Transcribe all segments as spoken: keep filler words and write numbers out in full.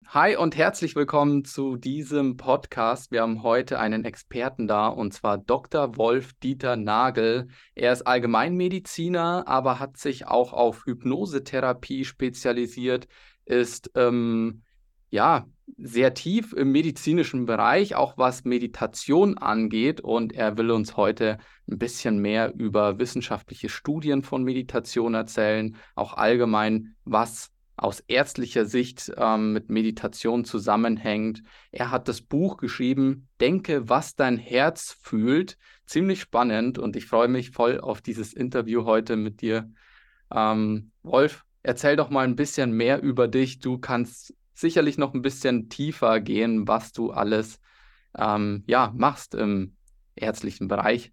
Hi und herzlich willkommen zu diesem Podcast. Wir haben heute einen Experten da, und zwar Doktor Wolf-Dieter Nagel. Er ist Allgemeinmediziner, aber hat sich auch auf Hypnosetherapie spezialisiert, ist ähm, ja sehr tief im medizinischen Bereich, auch was Meditation angeht. Und er will uns heute ein bisschen mehr über wissenschaftliche Studien von Meditation erzählen, auch allgemein, was aus ärztlicher Sicht ähm, mit Meditation zusammenhängt. Er hat das Buch geschrieben, Denke, was dein Herz fühlt. Ziemlich spannend, und ich freue mich voll auf dieses Interview heute mit dir. Ähm, Wolf, erzähl doch mal ein bisschen mehr über dich. Du kannst sicherlich noch ein bisschen tiefer gehen, was du alles ähm, ja, machst im ärztlichen Bereich.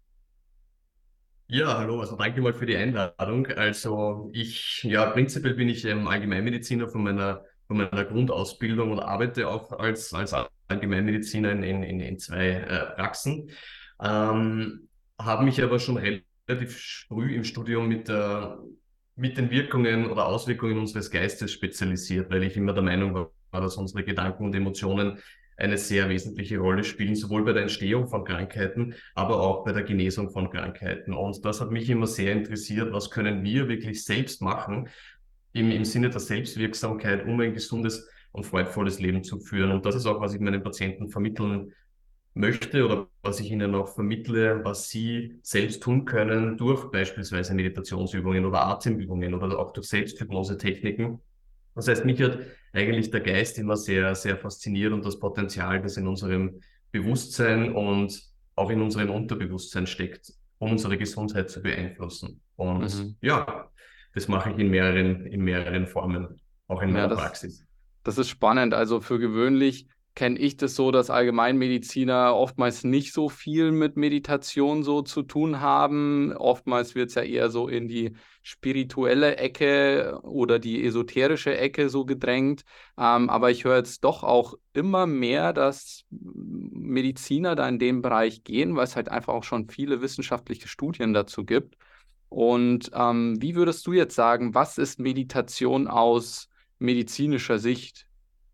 Ja, hallo, also danke mal für die Einladung. Also ich, ja, prinzipiell bin ich ähm, Allgemeinmediziner von meiner, von meiner Grundausbildung und arbeite auch als, als Allgemeinmediziner in, in, in in zwei äh, Praxen. Ähm, Habe mich aber schon relativ früh im Studium mit, äh, mit den Wirkungen oder Auswirkungen unseres Geistes spezialisiert, weil ich immer der Meinung war, dass unsere Gedanken und Emotionen eine sehr wesentliche Rolle spielen, sowohl bei der Entstehung von Krankheiten, aber auch bei der Genesung von Krankheiten. Und das hat mich immer sehr interessiert, was können wir wirklich selbst machen im, im Sinne der Selbstwirksamkeit, um ein gesundes und freudvolles Leben zu führen. Und das ist auch, was ich meinen Patienten vermitteln möchte oder was ich ihnen auch vermittle, was sie selbst tun können durch beispielsweise Meditationsübungen oder Atemübungen oder auch durch Selbsthypnosetechniken. Das heißt, mich hat eigentlich der Geist immer sehr, sehr fasziniert und das Potenzial, das in unserem Bewusstsein und auch in unserem Unterbewusstsein steckt, um unsere Gesundheit zu beeinflussen. Und Mhm. ja, das mache ich in mehreren, in mehreren Formen, auch in Ja, meiner das Praxis. Das ist spannend. Also für gewöhnlich kenne ich das so, dass Allgemeinmediziner oftmals nicht so viel mit Meditation so zu tun haben. Oftmals wird es ja eher so in die spirituelle Ecke oder die esoterische Ecke so gedrängt. Ähm, aber ich höre jetzt doch auch immer mehr, dass Mediziner da in den Bereich gehen, weil es halt einfach auch schon viele wissenschaftliche Studien dazu gibt. Und ähm, wie würdest du jetzt sagen, was ist Meditation aus medizinischer Sicht?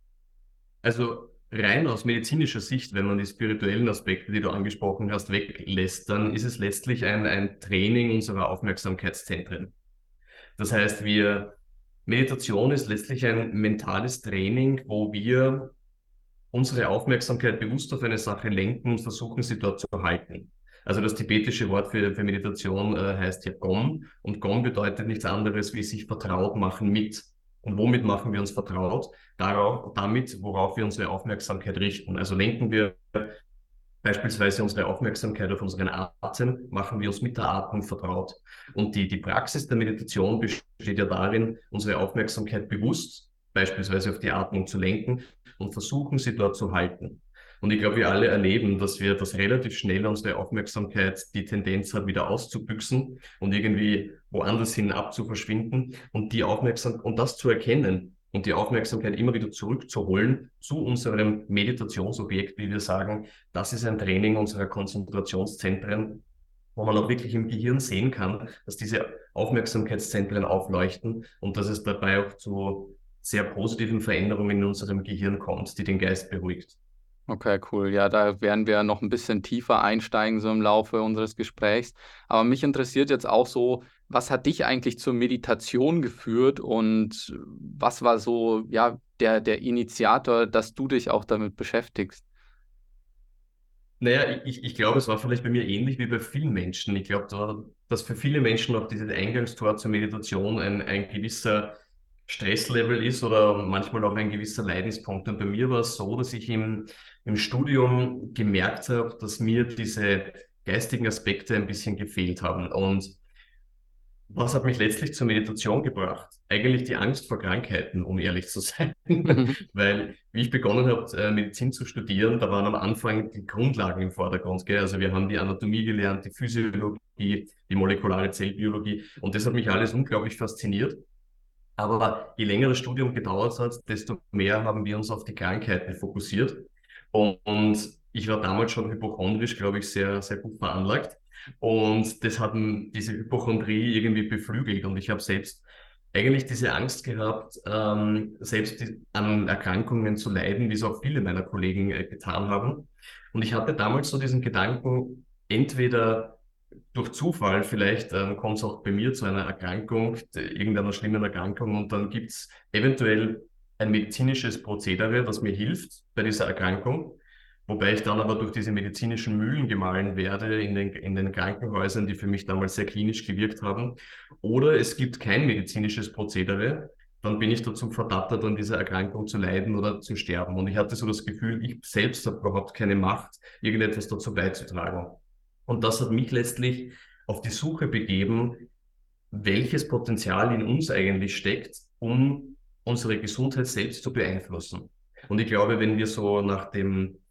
Also rein aus medizinischer Sicht, wenn man die spirituellen Aspekte, die du angesprochen hast, weglässt, dann ist es letztlich ein, ein Training unserer Aufmerksamkeitszentren. Das heißt, wir, Meditation ist letztlich ein mentales Training, wo wir unsere Aufmerksamkeit bewusst auf eine Sache lenken und versuchen, sie dort zu halten. Also das tibetische Wort für, für Meditation äh, heißt ja Gom, und Gom bedeutet nichts anderes wie sich vertraut machen mit. Und womit machen wir uns vertraut? Darauf, damit, worauf wir unsere Aufmerksamkeit richten. Also lenken wir beispielsweise unsere Aufmerksamkeit auf unseren Atem, machen wir uns mit der Atmung vertraut. Und die, die Praxis der Meditation besteht ja darin, unsere Aufmerksamkeit bewusst beispielsweise auf die Atmung zu lenken und versuchen, sie dort zu halten. Und ich glaube, wir alle erleben, dass wir das relativ schnell unsere Aufmerksamkeit die Tendenz hat, wieder auszubüchsen und irgendwie woanders hin abzuverschwinden und die Aufmerksam und das zu erkennen und die Aufmerksamkeit immer wieder zurückzuholen zu unserem Meditationsobjekt, wie wir sagen, das ist ein Training unserer Konzentrationszentren, wo man auch wirklich im Gehirn sehen kann, dass diese Aufmerksamkeitszentren aufleuchten und dass es dabei auch zu sehr positiven Veränderungen in unserem Gehirn kommt, die den Geist beruhigt. Okay, cool. Ja, da werden wir noch ein bisschen tiefer einsteigen, so im Laufe unseres Gesprächs. Aber mich interessiert jetzt auch so, was hat dich eigentlich zur Meditation geführt, und was war so, ja, der, der Initiator, dass du dich auch damit beschäftigst? Naja, ich, ich glaube, es war vielleicht bei mir ähnlich wie bei vielen Menschen. Ich glaube, da, dass für viele Menschen auch dieses Eingangstor zur Meditation ein, ein gewisser Stresslevel ist oder manchmal auch ein gewisser Leidenspunkt. Und bei mir war es so, dass ich im, im Studium gemerkt habe, dass mir diese geistigen Aspekte ein bisschen gefehlt haben. Und was hat mich letztlich zur Meditation gebracht? Eigentlich die Angst vor Krankheiten, um ehrlich zu sein. Weil, wie ich begonnen habe, äh, Medizin zu studieren, da waren am Anfang die Grundlagen im Vordergrund, gell? Also wir haben die Anatomie gelernt, die Physiologie, die molekulare Zellbiologie, und das hat mich alles unglaublich fasziniert. Aber je länger das Studium gedauert hat, desto mehr haben wir uns auf die Krankheiten fokussiert. Und, und ich war damals schon hypochondrisch, glaube ich, sehr, sehr gut veranlagt. Und das hat m- diese Hypochondrie irgendwie beflügelt. Und ich habe selbst eigentlich diese Angst gehabt, ähm, selbst die, an Erkrankungen zu leiden, wie es auch viele meiner Kollegen äh, getan haben. Und ich hatte damals so diesen Gedanken, entweder durch Zufall, vielleicht ähm, kommt es auch bei mir zu einer Erkrankung, d- irgendeiner schlimmen Erkrankung, und dann gibt es eventuell ein medizinisches Prozedere, das mir hilft bei dieser Erkrankung. Wobei ich dann aber durch diese medizinischen Mühlen gemahlen werde in den, in den Krankenhäusern, die für mich damals sehr klinisch gewirkt haben. Oder es gibt kein medizinisches Prozedere, dann bin ich dazu verdattert, an dieser Erkrankung zu leiden oder zu sterben. Und ich hatte so das Gefühl, ich selbst habe überhaupt keine Macht, irgendetwas dazu beizutragen. Und das hat mich letztlich auf die Suche begeben, welches Potenzial in uns eigentlich steckt, um unsere Gesundheit selbst zu beeinflussen. Und ich glaube, wenn wir so nach dem,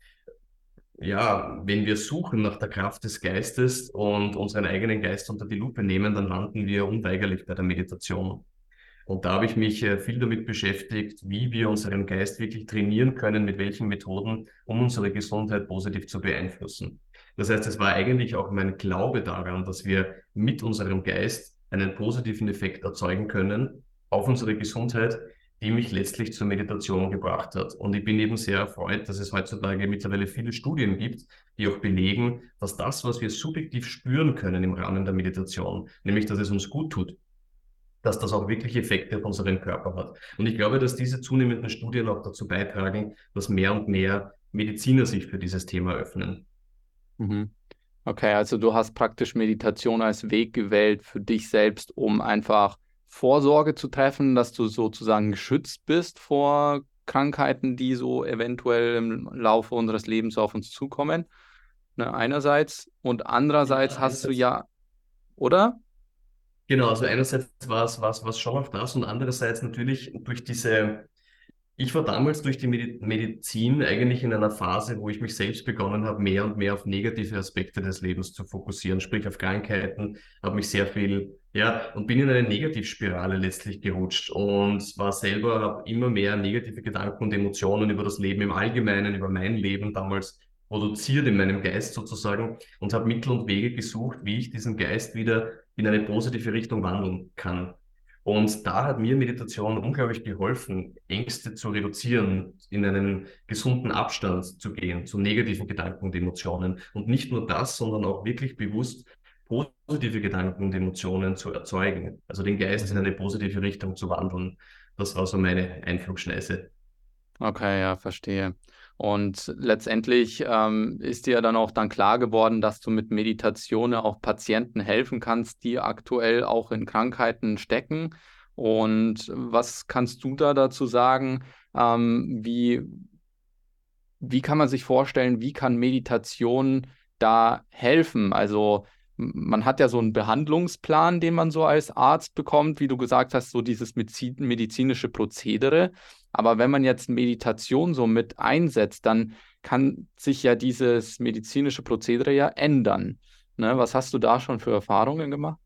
ja, wenn wir suchen nach der Kraft des Geistes und unseren eigenen Geist unter die Lupe nehmen, dann landen wir unweigerlich bei der Meditation. Und da habe ich mich äh, viel damit beschäftigt, wie wir unseren Geist wirklich trainieren können, mit welchen Methoden, um unsere Gesundheit positiv zu beeinflussen. Das heißt, es war eigentlich auch mein Glaube daran, dass wir mit unserem Geist einen positiven Effekt erzeugen können auf unsere Gesundheit, die mich letztlich zur Meditation gebracht hat. Und ich bin eben sehr erfreut, dass es heutzutage mittlerweile viele Studien gibt, die auch belegen, dass das, was wir subjektiv spüren können im Rahmen der Meditation, nämlich dass es uns gut tut, dass das auch wirklich Effekte auf unseren Körper hat. Und ich glaube, dass diese zunehmenden Studien auch dazu beitragen, dass mehr und mehr Mediziner sich für dieses Thema öffnen. Mhm. Okay, also du hast praktisch Meditation als Weg gewählt für dich selbst, um einfach Vorsorge zu treffen, dass du sozusagen geschützt bist vor Krankheiten, die so eventuell im Laufe unseres Lebens auf uns zukommen. Ne, einerseits und Ja, andererseits hast du einerseits, ja, oder? genau, also einerseits war es, war es, war es schon auf das und andererseits natürlich durch diese. Ich war damals durch die Medi Medizin eigentlich in einer Phase, wo ich mich selbst begonnen habe, mehr und mehr auf negative Aspekte des Lebens zu fokussieren, sprich auf Krankheiten, habe mich sehr viel, ja, und bin in eine Negativspirale letztlich gerutscht und war selber, habe immer mehr negative Gedanken und Emotionen über das Leben im Allgemeinen, über mein Leben damals produziert in meinem Geist sozusagen und habe Mittel und Wege gesucht, wie ich diesen Geist wieder in eine positive Richtung wandeln kann. Und da hat mir Meditation unglaublich geholfen, Ängste zu reduzieren, in einen gesunden Abstand zu gehen zu negativen Gedanken und Emotionen. Und nicht nur das, sondern auch wirklich bewusst positive Gedanken und Emotionen zu erzeugen. Also den Geist in Mhm. eine positive Richtung zu wandeln. Das war so meine Einflugschneise. Okay, ja, verstehe. Und letztendlich ähm, ist dir dann auch dann klar geworden, dass du mit Meditation ja auch Patienten helfen kannst, die aktuell auch in Krankheiten stecken. Und was kannst du da dazu sagen? Ähm, wie, wie kann man sich vorstellen, wie kann Meditation da helfen? Also m- man hat ja so einen Behandlungsplan, den man so als Arzt bekommt, wie du gesagt hast, so dieses medizi- medizinische Prozedere. Aber wenn man jetzt Meditation so mit einsetzt, dann kann sich ja dieses medizinische Prozedere ja ändern. Ne? Was hast du da schon für Erfahrungen gemacht?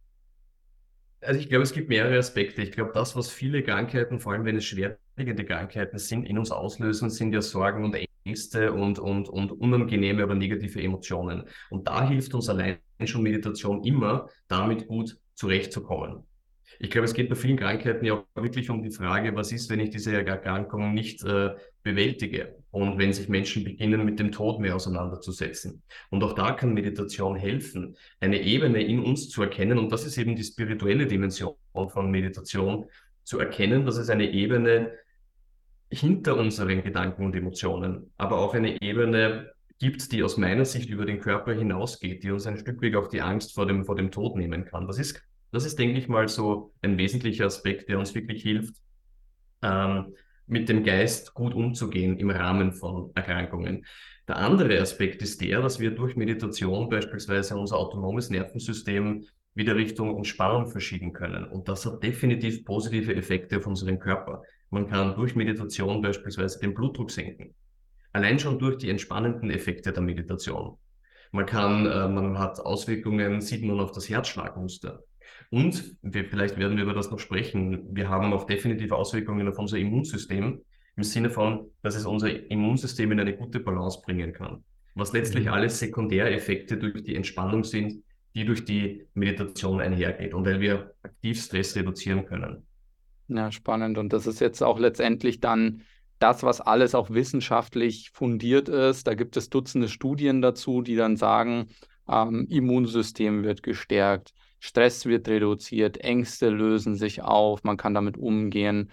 Also ich glaube, es gibt mehrere Aspekte. Ich glaube, das, was viele Krankheiten, vor allem wenn es schwerwiegende Krankheiten sind, in uns auslösen, sind ja Sorgen und Ängste und, und, und unangenehme oder negative Emotionen. Und da hilft uns allein schon Meditation immer, damit gut zurechtzukommen. Ich glaube, es geht bei vielen Krankheiten ja auch wirklich um die Frage, was ist, wenn ich diese Erkrankung nicht äh, bewältige und wenn sich Menschen beginnen, mit dem Tod mehr auseinanderzusetzen. Und auch da kann Meditation helfen, eine Ebene in uns zu erkennen. Und das ist eben die spirituelle Dimension von Meditation, zu erkennen, dass es eine Ebene hinter unseren Gedanken und Emotionen, aber auch eine Ebene gibt, die aus meiner Sicht über den Körper hinausgeht, die uns ein Stück weit auch die Angst vor dem, vor dem Tod nehmen kann. Das ist, das ist, denke ich mal, so ein wesentlicher Aspekt, der uns wirklich hilft, ähm, mit dem Geist gut umzugehen im Rahmen von Erkrankungen. Der andere Aspekt ist der, dass wir durch Meditation beispielsweise unser autonomes Nervensystem wieder Richtung Entspannung verschieben können. Und das hat definitiv positive Effekte auf unseren Körper. Man kann durch Meditation beispielsweise den Blutdruck senken. Allein schon durch die entspannenden Effekte der Meditation. Man kann, äh, man hat Auswirkungen, sieht man auf das Herzschlagmuster. Und wir, vielleicht werden wir über das noch sprechen. Wir haben auch definitiv Auswirkungen auf unser Immunsystem im Sinne von, dass es unser Immunsystem in eine gute Balance bringen kann. Was letztlich Mhm. alles Sekundäreffekte durch die Entspannung sind, die durch die Meditation einhergeht und weil wir aktiv Stress reduzieren können. Ja, spannend. Und das ist jetzt auch letztendlich dann das, was alles auch wissenschaftlich fundiert ist. Da gibt es Dutzende Studien dazu, die dann sagen, ähm, Immunsystem wird gestärkt, Stress wird reduziert, Ängste lösen sich auf, man kann damit umgehen.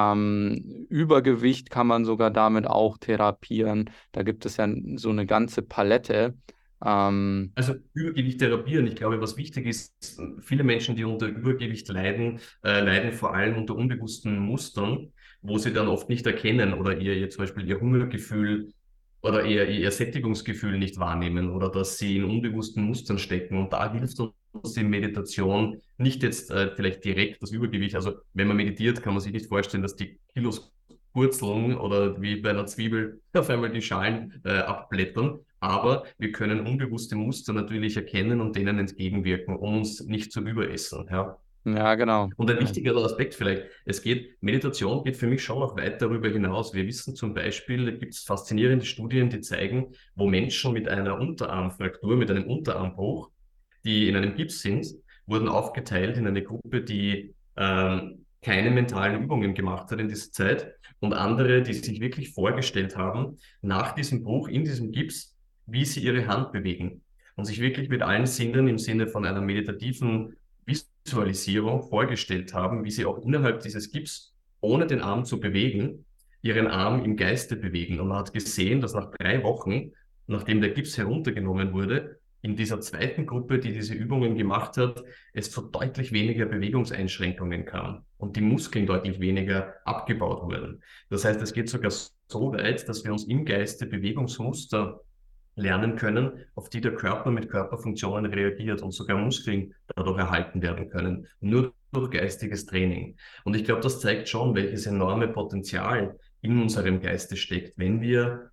Ähm, Übergewicht kann man sogar damit auch therapieren. Da gibt es ja so eine ganze Palette. Ähm, Also Übergewicht therapieren. Ich glaube, was wichtig ist, viele Menschen, die unter Übergewicht leiden, äh, leiden vor allem unter unbewussten Mustern, wo sie dann oft nicht erkennen oder ihr, ihr zum Beispiel ihr Hungergefühl oder ihr, ihr Sättigungsgefühl nicht wahrnehmen oder dass sie in unbewussten Mustern stecken. Und da hilft uns die Meditation nicht jetzt äh, vielleicht direkt das Übergewicht. Also wenn man meditiert, kann man sich nicht vorstellen, dass die Kilos purzeln oder wie bei einer Zwiebel auf einmal die Schalen äh, abblättern. Aber wir können unbewusste Muster natürlich erkennen und denen entgegenwirken, um uns nicht zu überessen. Ja. ja, genau. Und ein Ja. wichtiger Aspekt vielleicht, es geht, Meditation geht für mich schon noch weit darüber hinaus. Wir wissen zum Beispiel, da gibt es faszinierende Studien, die zeigen, wo Menschen mit einer Unterarmfraktur, mit einem Unterarmbruch, die in einem Gips sind, wurden aufgeteilt in eine Gruppe, die ähm, keine mentalen Übungen gemacht hat in dieser Zeit und andere, die sich wirklich vorgestellt haben, nach diesem Bruch in diesem Gips, wie sie ihre Hand bewegen und sich wirklich mit allen Sinnen im Sinne von einer meditativen Visualisierung vorgestellt haben, wie sie auch innerhalb dieses Gips, ohne den Arm zu bewegen, ihren Arm im Geiste bewegen. Und man hat gesehen, dass nach drei Wochen, nachdem der Gips heruntergenommen wurde, in dieser zweiten Gruppe, die diese Übungen gemacht hat, es zu deutlich weniger Bewegungseinschränkungen kam und die Muskeln deutlich weniger abgebaut wurden. Das heißt, es geht sogar so weit, dass wir uns im Geiste Bewegungsmuster lernen können, auf die der Körper mit Körperfunktionen reagiert und sogar Muskeln dadurch erhalten werden können, nur durch geistiges Training. Und ich glaube, das zeigt schon, welches enorme Potenzial in unserem Geiste steckt, wenn wir,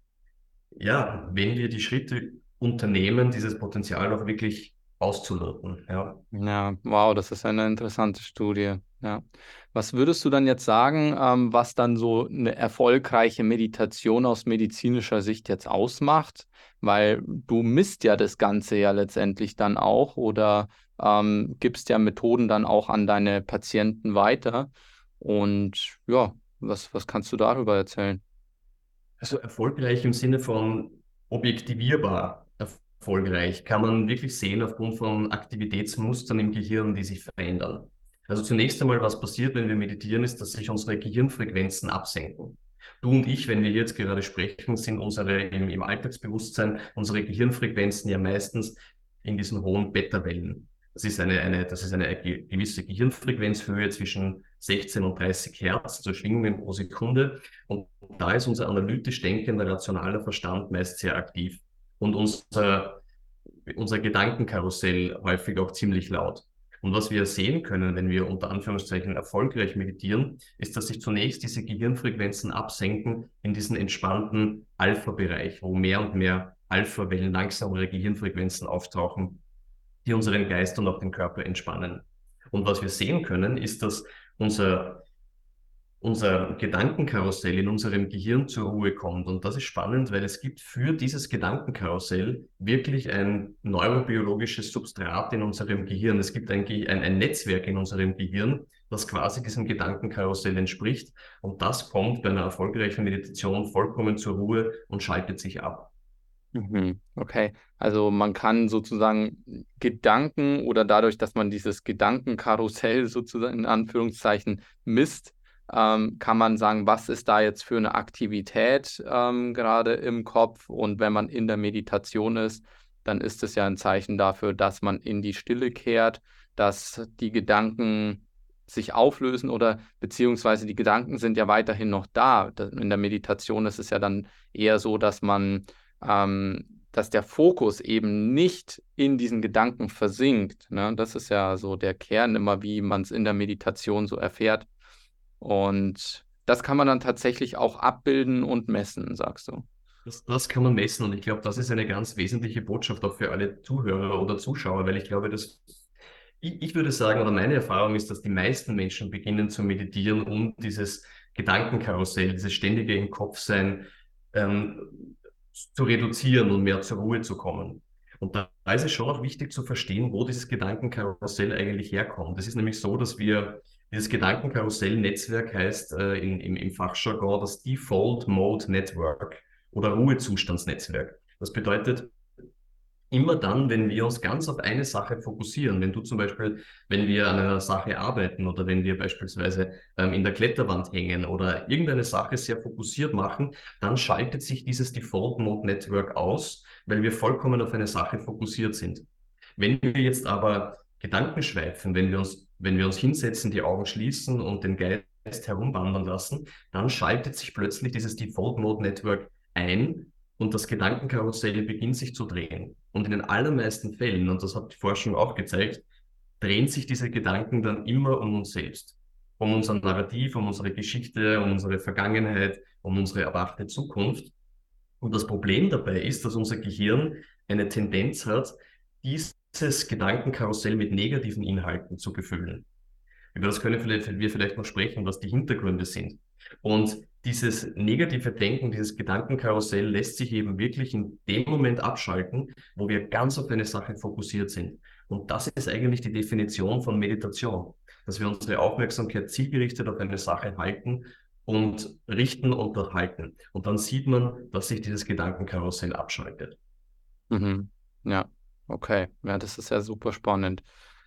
ja, wenn wir die Schritte unternehmen, dieses Potenzial auch wirklich auszuloten. Ja. Ja, wow, das ist eine interessante Studie. Ja. Was würdest du dann jetzt sagen, ähm, was dann so eine erfolgreiche Meditation aus medizinischer Sicht jetzt ausmacht? Weil du misst ja das Ganze ja letztendlich dann auch oder ähm, gibst ja Methoden dann auch an deine Patienten weiter. Und ja, was, was kannst du darüber erzählen? Also erfolgreich im Sinne von objektivierbar erfolgreich kann man wirklich sehen aufgrund von Aktivitätsmustern im Gehirn, die sich verändern. Also zunächst einmal, was passiert, wenn wir meditieren, ist, dass sich unsere Gehirnfrequenzen absenken. Du und ich, wenn wir jetzt gerade sprechen, sind unsere im, im Alltagsbewusstsein unsere Gehirnfrequenzen ja meistens in diesen hohen Beta-Wellen. Das ist eine, eine, das ist eine gewisse Gehirnfrequenzhöhe zwischen sechzehn und dreißig Hertz, also Schwingungen pro Sekunde. Und da ist unser analytisch denkender, rationaler Verstand meist sehr aktiv und unser, unser Gedankenkarussell häufig auch ziemlich laut. Und was wir sehen können, wenn wir unter Anführungszeichen erfolgreich meditieren, ist, dass sich zunächst diese Gehirnfrequenzen absenken in diesen entspannten Alpha-Bereich, wo mehr und mehr Alpha-Wellen, langsamere Gehirnfrequenzen auftauchen, die unseren Geist und auch den Körper entspannen. Und was wir sehen können, ist, dass unser unser Gedankenkarussell in unserem Gehirn zur Ruhe kommt. Und das ist spannend, weil es gibt für dieses Gedankenkarussell wirklich ein neurobiologisches Substrat in unserem Gehirn. Es gibt ein, ein, ein Netzwerk in unserem Gehirn, das quasi diesem Gedankenkarussell entspricht. Und das kommt bei einer erfolgreichen Meditation vollkommen zur Ruhe und schaltet sich ab. Mhm. Okay, also man kann sozusagen Gedanken oder dadurch, dass man dieses Gedankenkarussell sozusagen in Anführungszeichen misst, ähm, kann man sagen, was ist da jetzt für eine Aktivität ähm, gerade im Kopf? Und wenn man in der Meditation ist, dann ist es ja ein Zeichen dafür, dass man in die Stille kehrt, dass die Gedanken sich auflösen oder beziehungsweise die Gedanken sind ja weiterhin noch da. Da- In der Meditation ist es ja dann eher so, dass man ähm, dass der Fokus eben nicht in diesen Gedanken versinkt. Ne? Das ist ja so der Kern immer, wie man es in der Meditation so erfährt. Und das kann man dann tatsächlich auch abbilden und messen, sagst du. Das, das kann man messen und ich glaube, das ist eine ganz wesentliche Botschaft auch für alle Zuhörer oder Zuschauer, weil ich glaube, dass ich, ich würde sagen, oder meine Erfahrung ist, dass die meisten Menschen beginnen zu meditieren, um dieses Gedankenkarussell, dieses ständige im Kopf sein, ähm, zu reduzieren und mehr zur Ruhe zu kommen. Und da ist es schon auch wichtig zu verstehen, wo dieses Gedankenkarussell eigentlich herkommt. Es ist nämlich so, dass wir dieses Gedankenkarussell-Netzwerk heißt äh, in, im, im Fachjargon das Default Mode Network oder Ruhezustandsnetzwerk. Das bedeutet, immer dann, wenn wir uns ganz auf eine Sache fokussieren, wenn du zum Beispiel, wenn wir an einer Sache arbeiten oder wenn wir beispielsweise ähm, in der Kletterwand hängen oder irgendeine Sache sehr fokussiert machen, dann schaltet sich dieses Default Mode Network aus, weil wir vollkommen auf eine Sache fokussiert sind. Wenn wir jetzt aber Gedanken schweifen, wenn wir uns, wenn wir uns hinsetzen, die Augen schließen und den Geist herumwandern lassen, dann schaltet sich plötzlich dieses Default Mode Network ein und das Gedankenkarussell beginnt sich zu drehen. Und in den allermeisten Fällen, und das hat die Forschung auch gezeigt, drehen sich diese Gedanken dann immer um uns selbst. Um unser Narrativ, um unsere Geschichte, um unsere Vergangenheit, um unsere erwartete Zukunft. Und das Problem dabei ist, dass unser Gehirn eine Tendenz hat, dieses Gedankenkarussell mit negativen Inhalten zu befüllen. Über das können wir vielleicht noch sprechen, was die Hintergründe sind. Und dieses negative Denken, dieses Gedankenkarussell lässt sich eben wirklich in dem Moment abschalten, wo wir ganz auf eine Sache fokussiert sind. Und das ist eigentlich die Definition von Meditation, dass wir unsere Aufmerksamkeit zielgerichtet auf eine Sache halten und richten und dort halten. Und dann sieht man, dass sich dieses Gedankenkarussell abschaltet. Mhm. Ja, okay. Ja, das ist ja super spannend.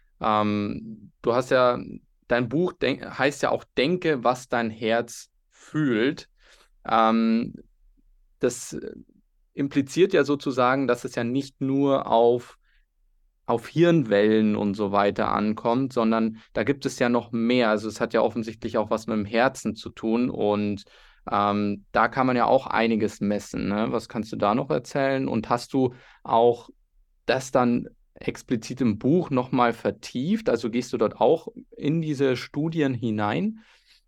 Ähm, du hast ja, dein Buch denk, heißt ja auch Denke, was dein Herz fühlt. Ähm, das impliziert ja sozusagen, dass es ja nicht nur auf, auf Hirnwellen und so weiter ankommt, sondern da gibt es ja noch mehr. Also es hat ja offensichtlich auch was mit dem Herzen zu tun und ähm, da kann man ja auch einiges messen, ne? Was kannst du da noch erzählen? Und hast du auch das dann explizit im Buch nochmal vertieft? Also gehst du dort auch in diese Studien hinein?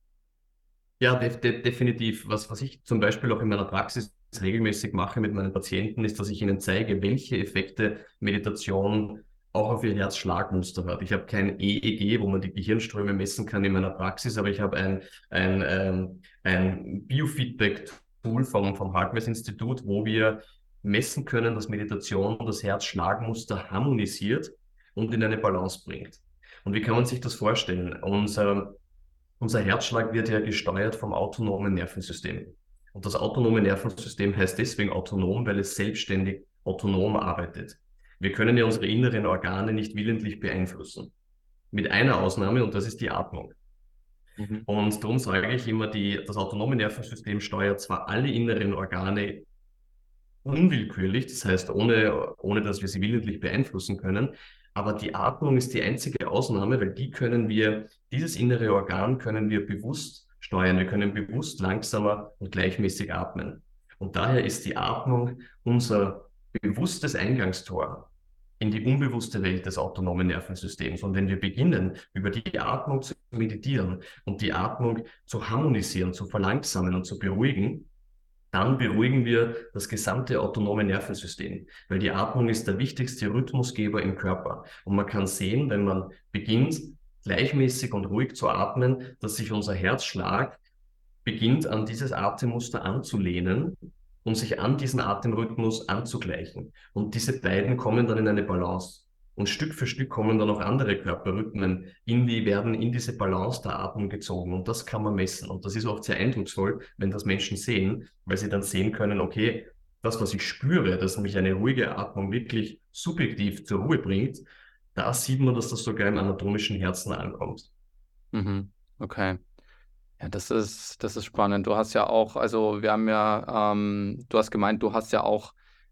Ja, def de definitiv. Was, was ich zum Beispiel auch in meiner Praxis regelmäßig mache mit meinen Patienten, ist, dass ich ihnen zeige, welche Effekte Meditation auch auf ihr Herzschlagmuster hat. Ich habe kein E E G, wo man die Gehirnströme messen kann in meiner Praxis, aber ich habe ein, ein, ähm, ein Biofeedback-Tool vom, vom Hartmess-Institut, wo wir messen können, dass Meditation das Herzschlagmuster harmonisiert und in eine Balance bringt. Und wie kann man sich das vorstellen? Unser unser Herzschlag wird ja gesteuert vom autonomen Nervensystem. Und das autonome Nervensystem heißt deswegen autonom, weil es selbstständig autonom arbeitet. Wir können ja unsere inneren Organe nicht willentlich beeinflussen. Mit einer Ausnahme, und das ist die Atmung. Mhm. Und darum sage ich immer, die, das autonome Nervensystem steuert zwar alle inneren Organe unwillkürlich, das heißt, ohne, ohne dass wir sie willentlich beeinflussen können. Aber die Atmung ist die einzige Ausnahme, weil die können wir, dieses innere Organ können wir bewusst steuern. Wir können bewusst langsamer und gleichmäßig atmen. Und daher ist die Atmung unser bewusstes Eingangstor in die unbewusste Welt des autonomen Nervensystems. Und wenn wir beginnen, über die Atmung zu meditieren und die Atmung zu harmonisieren, zu verlangsamen und zu beruhigen, dann beruhigen wir das gesamte autonome Nervensystem, weil die Atmung ist der wichtigste Rhythmusgeber im Körper. Und man kann sehen, wenn man beginnt, gleichmäßig und ruhig zu atmen, dass sich unser Herzschlag beginnt, an dieses Atemmuster anzulehnen und sich an diesen Atemrhythmus anzugleichen. Und diese beiden kommen dann in eine Balance. Und Stück für Stück kommen dann auch andere Körperrhythmen in die, werden in diese Balance der Atmung gezogen. Und das kann man messen. Und das ist oft sehr eindrucksvoll, wenn das Menschen sehen, weil sie dann sehen können, okay, das, was ich spüre, dass mich eine ruhige Atmung wirklich subjektiv zur Ruhe bringt, da sieht man, dass das sogar im anatomischen Herzen ankommt. Mhm. Okay. Ja, das ist, das ist spannend. Du hast ja auch, also wir haben ja, ähm, du hast gemeint, du hast ja auch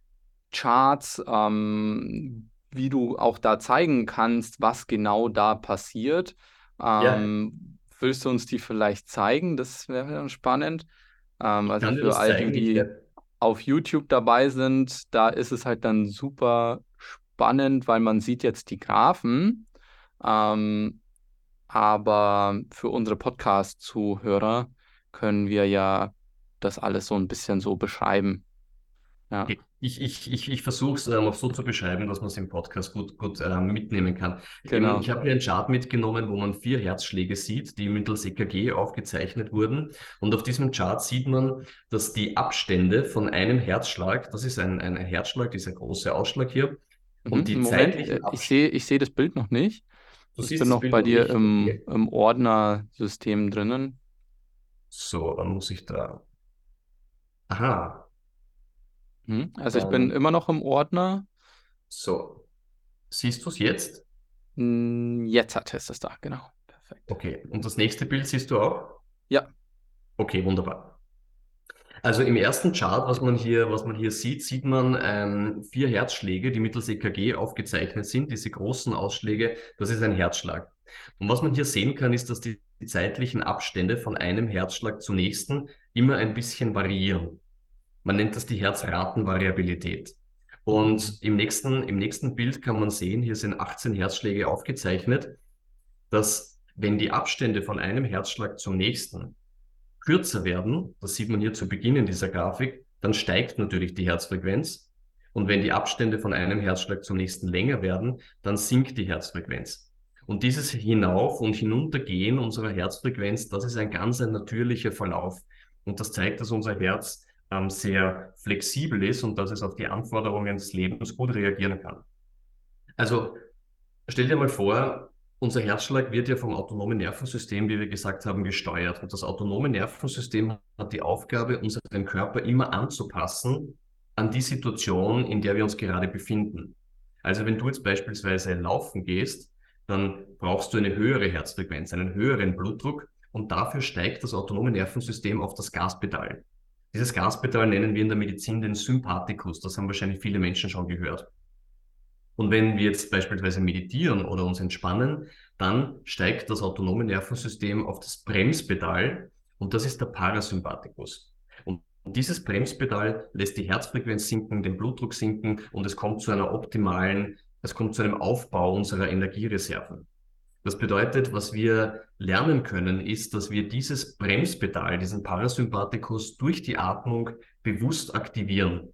Charts, ähm, wie du auch da zeigen kannst, was genau da passiert. Ja, Ähm, willst du uns die vielleicht zeigen? Das wäre dann spannend. Ähm, ich also kann dir für das all die, zeigen. Ich die werde auf YouTube dabei sind, da ist es halt dann super spannend, weil man sieht jetzt die Graphen. Ähm, aber für unsere Podcast-Zuhörer können wir ja das alles so ein bisschen so beschreiben. Ja, Okay. Ich, ich, ich, ich versuche es ähm, auch so zu beschreiben, dass man es im Podcast gut, gut ähm, mitnehmen kann. Eben, genau. ich habe mir einen Chart mitgenommen, wo man vier Herzschläge sieht, die mittels E K G aufgezeichnet wurden. Und auf diesem Chart sieht man, dass die Abstände von einem Herzschlag, das ist ein, ein Herzschlag, dieser große Ausschlag hier, Und Mhm. die Moment, äh, zeitlichen ich Abstände, sehe ich sehe das Bild noch nicht. du Ich siehst bin das noch Bild bei noch dir nicht, im, okay. im Ordnersystem drinnen. So, dann muss ich da, aha, Mhm. Also ich bin dann, immer noch im Ordner. so, siehst du es jetzt? Hm, Jetzt hat es das da, genau. Perfekt. Okay, und das nächste Bild siehst du auch? Ja. Okay, wunderbar. Also im ersten Chart, was man hier, was man hier sieht, sieht man ähm, vier Herzschläge, die mittels E K G aufgezeichnet sind. Diese großen Ausschläge, das ist ein Herzschlag. Und was man hier sehen kann, ist, dass die zeitlichen Abstände von einem Herzschlag zum nächsten immer ein bisschen variieren. Man nennt das die Herzratenvariabilität. Mhm. Und im nächsten, im nächsten Bild kann man sehen, hier sind achtzehn Herzschläge aufgezeichnet, dass wenn die Abstände von einem Herzschlag zum nächsten kürzer werden, das sieht man hier zu Beginn in dieser Grafik, dann steigt natürlich die Herzfrequenz. Und wenn die Abstände von einem Herzschlag zum nächsten länger werden, dann sinkt die Herzfrequenz. Und dieses Hinauf- und Hinuntergehen unserer Herzfrequenz, das ist ein ganz ein natürlicher Verlauf. Und das zeigt, dass unser Herz ähm, sehr flexibel ist und dass es auf die Anforderungen des Lebens gut reagieren kann. Also stell dir mal vor, unser Herzschlag wird ja vom autonomen Nervensystem, wie wir gesagt haben, gesteuert. Und das autonome Nervensystem hat die Aufgabe, unseren Körper immer anzupassen an die Situation, in der wir uns gerade befinden. Also wenn du jetzt beispielsweise laufen gehst, dann brauchst du eine höhere Herzfrequenz, einen höheren Blutdruck und dafür steigt das autonome Nervensystem auf das Gaspedal. Dieses Gaspedal nennen wir in der Medizin den Sympathikus. Das haben wahrscheinlich viele Menschen schon gehört. Und wenn wir jetzt beispielsweise meditieren oder uns entspannen, dann steigt das autonome Nervensystem auf das Bremspedal und das ist der Parasympathikus. Und dieses Bremspedal lässt die Herzfrequenz sinken, den Blutdruck sinken und es kommt zu einer optimalen, es kommt zu einem Aufbau unserer Energiereserven. Das bedeutet, was wir lernen können, ist, dass wir dieses Bremspedal, diesen Parasympathikus durch die Atmung bewusst aktivieren.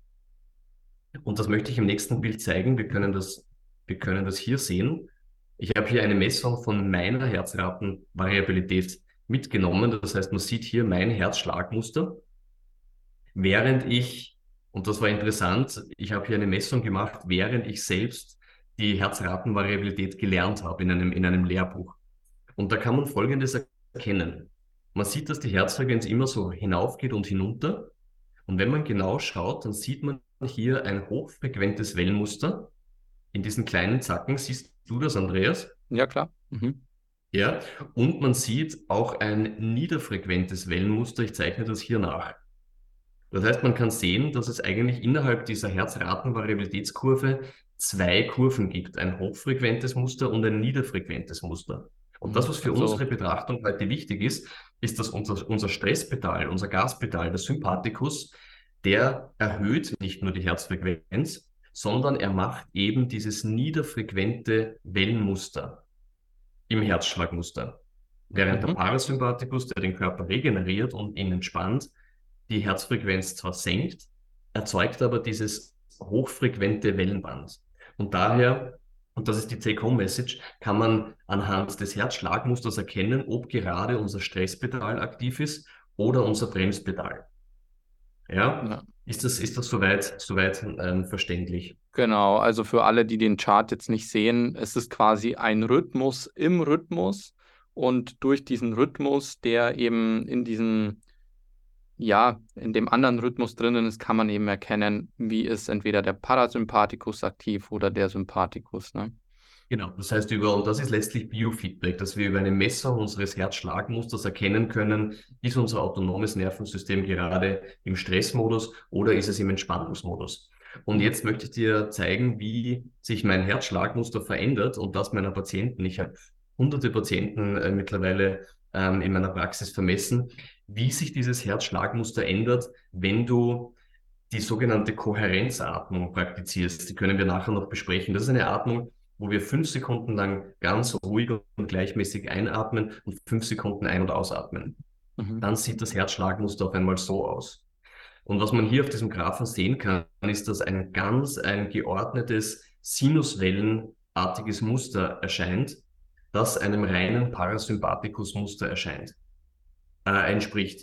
Und das möchte ich im nächsten Bild zeigen. Wir können das, wir können das hier sehen. Ich habe hier eine Messung von meiner Herzratenvariabilität mitgenommen. Das heißt, man sieht hier mein Herzschlagmuster, während ich, und das war interessant, ich habe hier eine Messung gemacht, während ich selbst die Herzratenvariabilität gelernt habe in einem, in einem Lehrbuch. Und da kann man Folgendes erkennen. Man sieht, dass die Herzfrequenz immer so hinaufgeht und hinunter. Und wenn man genau schaut, dann sieht man hier ein hochfrequentes Wellenmuster. In diesen kleinen Zacken siehst du das, Andreas? Ja, klar. Mhm. Ja. Und man sieht auch ein niederfrequentes Wellenmuster. Ich zeichne das hier nach. Das heißt, man kann sehen, dass es eigentlich innerhalb dieser Herzratenvariabilitätskurve zwei Kurven gibt. Ein hochfrequentes Muster und ein niederfrequentes Muster. Und das, Mhm. was für Also, unsere Betrachtung heute wichtig ist, ist, dass unser, unser Stresspedal, unser Gaspedal, der Sympathikus, der erhöht nicht nur die Herzfrequenz, sondern er macht eben dieses niederfrequente Wellenmuster im Herzschlagmuster. Während der mhm. Parasympathikus, der den Körper regeneriert und ihn entspannt, die Herzfrequenz zwar senkt, erzeugt aber dieses hochfrequente Wellenband. Und daher, und das ist die Take-Home-Message, kann man anhand des Herzschlagmusters erkennen, ob gerade unser Stresspedal aktiv ist oder unser Bremspedal. Ja, Ja. ist das, ist das soweit, soweit ähm, verständlich? Genau, also für alle, die den Chart jetzt nicht sehen, es ist quasi ein Rhythmus im Rhythmus und durch diesen Rhythmus, der eben in diesem, ja, in dem anderen Rhythmus drinnen ist, kann man eben erkennen, wie ist entweder der Parasympathikus aktiv oder der Sympathikus, ne? Genau, das heißt über, und das ist letztlich Biofeedback, dass wir über eine Messung unseres Herzschlagmusters erkennen können, ist unser autonomes Nervensystem gerade im Stressmodus oder ist es im Entspannungsmodus. Und Mhm. jetzt möchte ich dir zeigen, wie sich mein Herzschlagmuster verändert und das meiner Patienten. Ich habe hunderte Patienten äh, mittlerweile ähm, in meiner Praxis vermessen, wie sich dieses Herzschlagmuster ändert, wenn du die sogenannte Kohärenzatmung praktizierst. Die können wir nachher noch besprechen. Das ist eine Atmung, wo wir fünf Sekunden lang ganz ruhig und gleichmäßig einatmen und fünf Sekunden ein- und ausatmen. Mhm. Dann sieht das Herzschlagmuster auf einmal so aus. Und was man hier auf diesem Graphen sehen kann, ist, dass ein ganz ein geordnetes sinuswellenartiges Muster erscheint, das einem reinen Parasympathikus-Muster erscheint, äh, entspricht.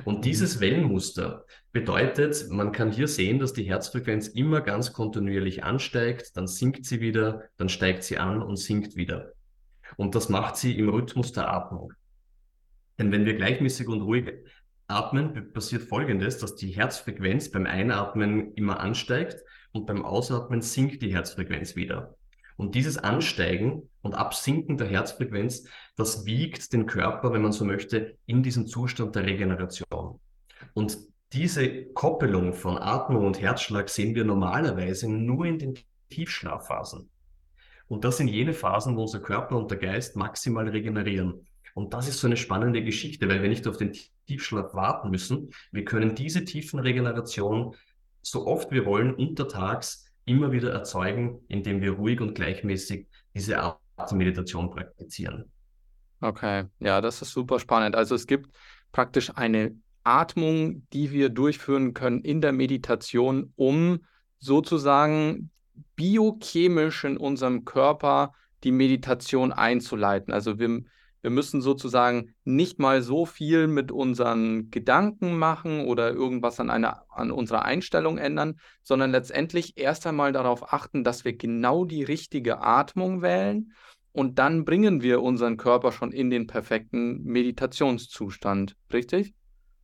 Und Mhm. dieses Wellenmuster bedeutet, man kann hier sehen, dass die Herzfrequenz immer ganz kontinuierlich ansteigt, dann sinkt sie wieder, dann steigt sie an und sinkt wieder. Und das macht sie im Rhythmus der Atmung. Denn wenn wir gleichmäßig und ruhig atmen, passiert Folgendes, dass die Herzfrequenz beim Einatmen immer ansteigt und beim Ausatmen sinkt die Herzfrequenz wieder. Und dieses Ansteigen und Absinken der Herzfrequenz, das wiegt den Körper, wenn man so möchte, in diesen Zustand der Regeneration. Und diese Koppelung von Atmung und Herzschlag sehen wir normalerweise nur in den Tiefschlafphasen. Und das sind jene Phasen, wo unser Körper und der Geist maximal regenerieren. Und das ist so eine spannende Geschichte, weil wir nicht auf den Tiefschlaf warten müssen. Wir können diese tiefen Regeneration so oft wir wollen untertags immer wieder erzeugen, indem wir ruhig und gleichmäßig diese Atemmeditation praktizieren. Okay, ja, das ist super spannend. Also es gibt praktisch eine Atmung, die wir durchführen können in der Meditation, um sozusagen biochemisch in unserem Körper die Meditation einzuleiten. Also wir, wir müssen sozusagen nicht mal so viel mit unseren Gedanken machen oder irgendwas an einer, an unserer Einstellung ändern, sondern letztendlich erst einmal darauf achten, dass wir genau die richtige Atmung wählen. Und dann bringen wir unseren Körper schon in den perfekten Meditationszustand, richtig?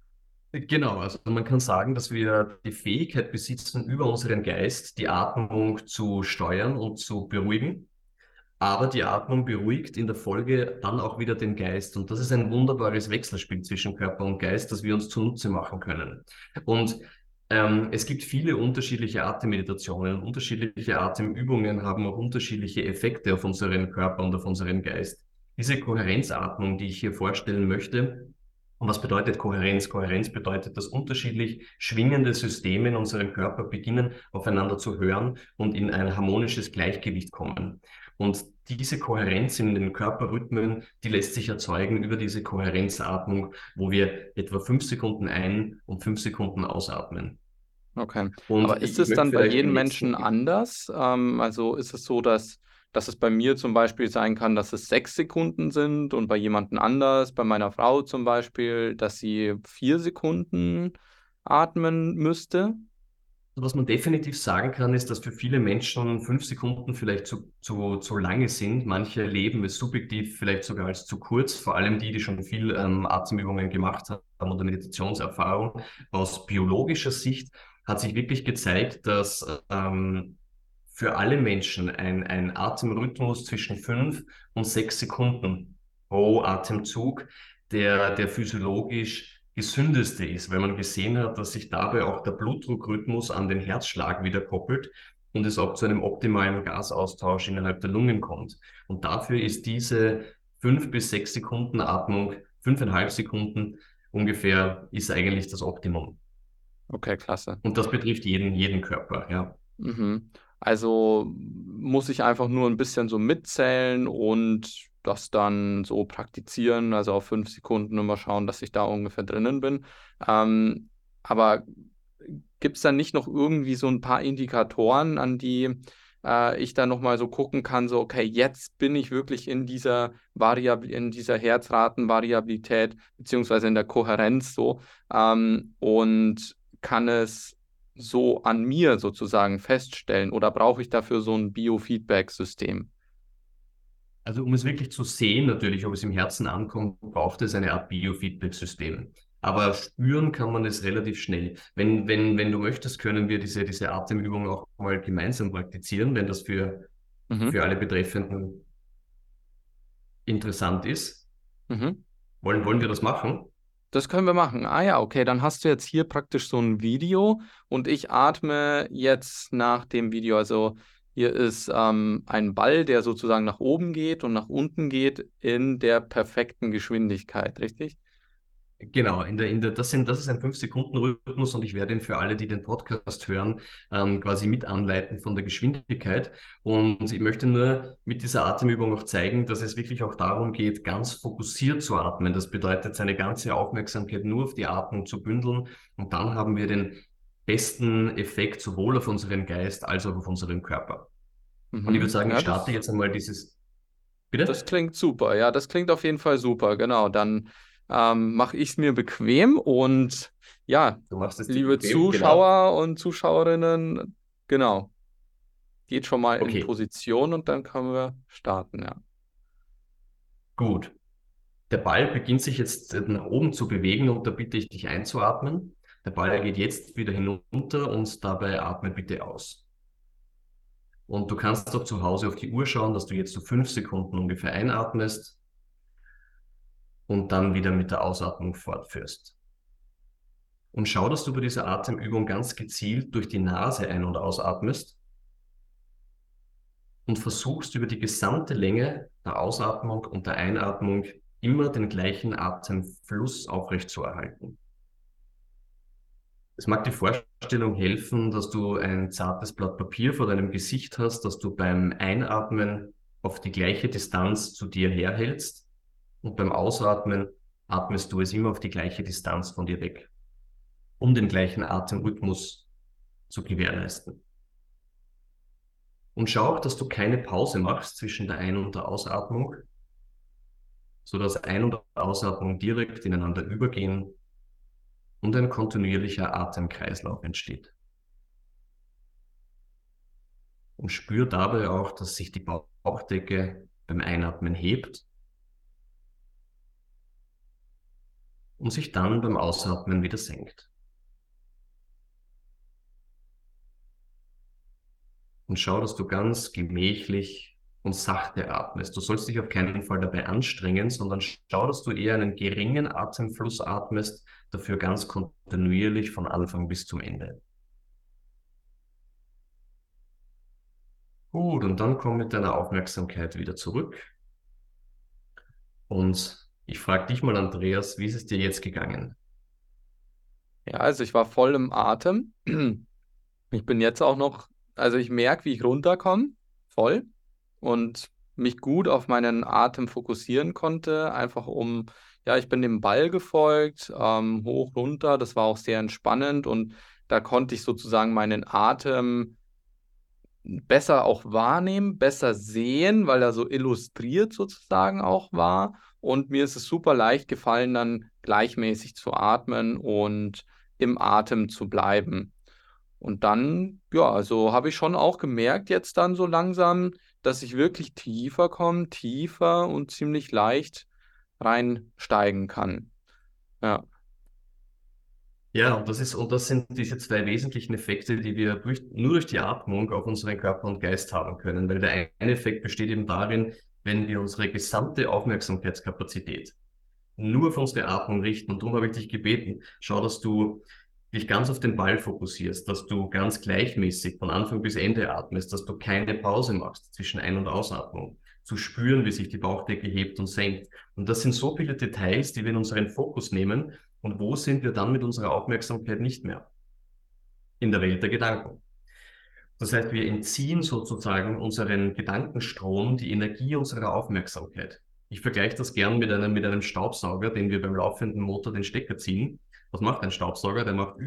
Genau, also man kann sagen, dass wir die Fähigkeit besitzen, über unseren Geist die Atmung zu steuern und zu beruhigen. Aber die Atmung beruhigt in der Folge dann auch wieder den Geist. Und das ist ein wunderbares Wechselspiel zwischen Körper und Geist, das wir uns zunutze machen können. Und ähm, es gibt viele unterschiedliche Atemmeditationen. Unterschiedliche Atemübungen haben auch unterschiedliche Effekte auf unseren Körper und auf unseren Geist. Diese Kohärenzatmung, die ich hier vorstellen möchte, und was bedeutet Kohärenz? Kohärenz bedeutet, dass unterschiedlich schwingende Systeme in unserem Körper beginnen, aufeinander zu hören und in ein harmonisches Gleichgewicht kommen. Und diese Kohärenz in den Körperrhythmen, die lässt sich erzeugen über diese Kohärenzatmung, wo wir etwa fünf Sekunden ein- und fünf Sekunden ausatmen. Okay. Aber Und ist ich, ich es möchte dann bei vielleicht im jedem Menschen nächsten, anders? Ähm, also ist es so, dass, dass es bei mir zum Beispiel sein kann, dass es sechs Sekunden sind und bei jemandem anders, bei meiner Frau zum Beispiel, dass sie vier Sekunden atmen müsste? was man definitiv sagen kann, ist, dass für viele Menschen fünf Sekunden vielleicht zu, zu, zu lange sind. Manche leben es subjektiv vielleicht sogar als zu kurz, vor allem die, die schon viel ähm, Atemübungen gemacht haben oder Meditationserfahrung. Aus biologischer Sicht hat sich wirklich gezeigt, dass ähm, für alle Menschen ein, ein Atemrhythmus zwischen fünf und sechs Sekunden pro Atemzug, der, der physiologisch gesündeste ist, weil man gesehen hat, dass sich dabei auch der Blutdruckrhythmus an den Herzschlag wieder koppelt und es auch zu einem optimalen Gasaustausch innerhalb der Lungen kommt. Und dafür ist diese fünf bis sechs Sekunden Atmung, fünfeinhalb Sekunden ungefähr, ist eigentlich das Optimum. Okay, klasse. Und das betrifft jeden, jeden Körper, ja. Mhm. Also muss ich einfach nur ein bisschen so mitzählen und das dann so praktizieren, also auf fünf Sekunden und mal schauen, dass ich da ungefähr drinnen bin. Ähm, aber gibt es dann nicht noch irgendwie so ein paar Indikatoren, an die äh, ich dann nochmal so gucken kann, so, okay, jetzt bin ich wirklich in dieser Variabil in dieser Herzratenvariabilität beziehungsweise in der Kohärenz so ähm, und kann es so an mir sozusagen feststellen oder brauche ich dafür so ein Biofeedback-System? Also um es wirklich zu sehen, natürlich, ob es im Herzen ankommt, braucht es eine Art Biofeedback-System. Aber spüren kann man es relativ schnell. Wenn, wenn, wenn du möchtest, können wir diese, diese Atemübung auch mal gemeinsam praktizieren, wenn das für, Mhm. für alle Betreffenden interessant ist. Mhm. Wollen, wollen wir das machen? Das können wir machen. Ah ja, okay, dann hast du jetzt hier praktisch so ein Video und ich atme jetzt nach dem Video. Also hier ist ähm, ein Ball, der sozusagen nach oben geht und nach unten geht in der perfekten Geschwindigkeit, richtig? Genau, in der, in der, das sind, das ist ein fünf-Sekunden-Rhythmus und ich werde ihn für alle, die den Podcast hören, ähm, quasi mit anleiten von der Geschwindigkeit. Und ich möchte nur mit dieser Atemübung auch zeigen, dass es wirklich auch darum geht, ganz fokussiert zu atmen. Das bedeutet, seine ganze Aufmerksamkeit nur auf die Atmung zu bündeln. Und dann haben wir den besten Effekt sowohl auf unseren Geist als auch auf unseren Körper. Und ich würde Mhm. sagen, ich Ja, starte das, jetzt einmal dieses, das bitte? klingt super. Ja, das klingt auf jeden Fall super. Genau, dann. ähm, mache ich es mir bequem und ja, Du machst es dir liebe bequem, genau. Zuschauer und Zuschauerinnen, genau, geht schon mal in Okay, Position und dann können wir starten, ja. gut. Der Ball beginnt sich jetzt nach oben zu bewegen und da bitte ich dich einzuatmen. Der Ball geht jetzt wieder hinunter und dabei atme bitte aus. Und du kannst auch zu Hause auf die Uhr schauen, dass du jetzt so fünf Sekunden ungefähr einatmest und dann wieder mit der Ausatmung fortführst. Und schau, dass du bei dieser Atemübung ganz gezielt durch die Nase ein- und ausatmest und versuchst über die gesamte Länge der Ausatmung und der Einatmung immer den gleichen Atemfluss aufrechtzuerhalten. Es mag die Vorstellung helfen, dass du ein zartes Blatt Papier vor deinem Gesicht hast, dass du beim Einatmen auf die gleiche Distanz zu dir herhältst und beim Ausatmen atmest du es immer auf die gleiche Distanz von dir weg, um den gleichen Atemrhythmus zu gewährleisten. Und schau auch, dass du keine Pause machst zwischen der Ein- und der Ausatmung, sodass Ein- und Ausatmung direkt ineinander übergehen und ein kontinuierlicher Atemkreislauf entsteht. Und spür dabei auch, dass sich die Bauchdecke beim Einatmen hebt und sich dann beim Ausatmen wieder senkt. Und schau, dass du ganz gemächlich und sachte atmest. Du sollst dich auf keinen Fall dabei anstrengen, sondern schau, dass du eher einen geringen Atemfluss atmest, dafür ganz kontinuierlich von Anfang bis zum Ende. Gut, und dann komm mit deiner Aufmerksamkeit wieder zurück. Und ich frage dich mal, Andreas, wie ist es dir jetzt gegangen? Ja, also ich war voll im Atem. Ich bin jetzt auch noch, also ich merke, wie ich runterkomme, voll und mich gut auf meinen Atem fokussieren konnte, einfach um, ja, ich bin dem Ball gefolgt, ähm, hoch, runter, das war auch sehr entspannend und da konnte ich sozusagen meinen Atem besser auch wahrnehmen, besser sehen, weil er so illustriert sozusagen auch war. Und mir ist es super leicht gefallen, dann gleichmäßig zu atmen und im Atem zu bleiben. Und dann, ja, also habe ich schon auch gemerkt jetzt dann so langsam, dass ich wirklich tiefer komme, tiefer und ziemlich leicht reinsteigen kann. Ja. Ja, und das ist, und das sind diese zwei wesentlichen Effekte, die wir durch, nur durch die Atmung auf unseren Körper und Geist haben können. Weil der eine Effekt besteht eben darin, wenn wir unsere gesamte Aufmerksamkeitskapazität nur auf unsere Atmung richten. Und darum habe ich dich gebeten, schau, dass du dich ganz auf den Ball fokussierst, dass du ganz gleichmäßig von Anfang bis Ende atmest, dass du keine Pause machst zwischen Ein- und Ausatmung, zu spüren, wie sich die Bauchdecke hebt und senkt. Und das sind so viele Details, die wir in unseren Fokus nehmen. Und wo sind wir dann mit unserer Aufmerksamkeit nicht mehr? In der Welt der Gedanken. Das heißt, wir entziehen sozusagen unseren Gedankenstrom die Energie unserer Aufmerksamkeit. Ich vergleiche das gern mit einem, mit einem Staubsauger, den wir beim laufenden Motor den Stecker ziehen. Was macht ein Staubsauger? Der macht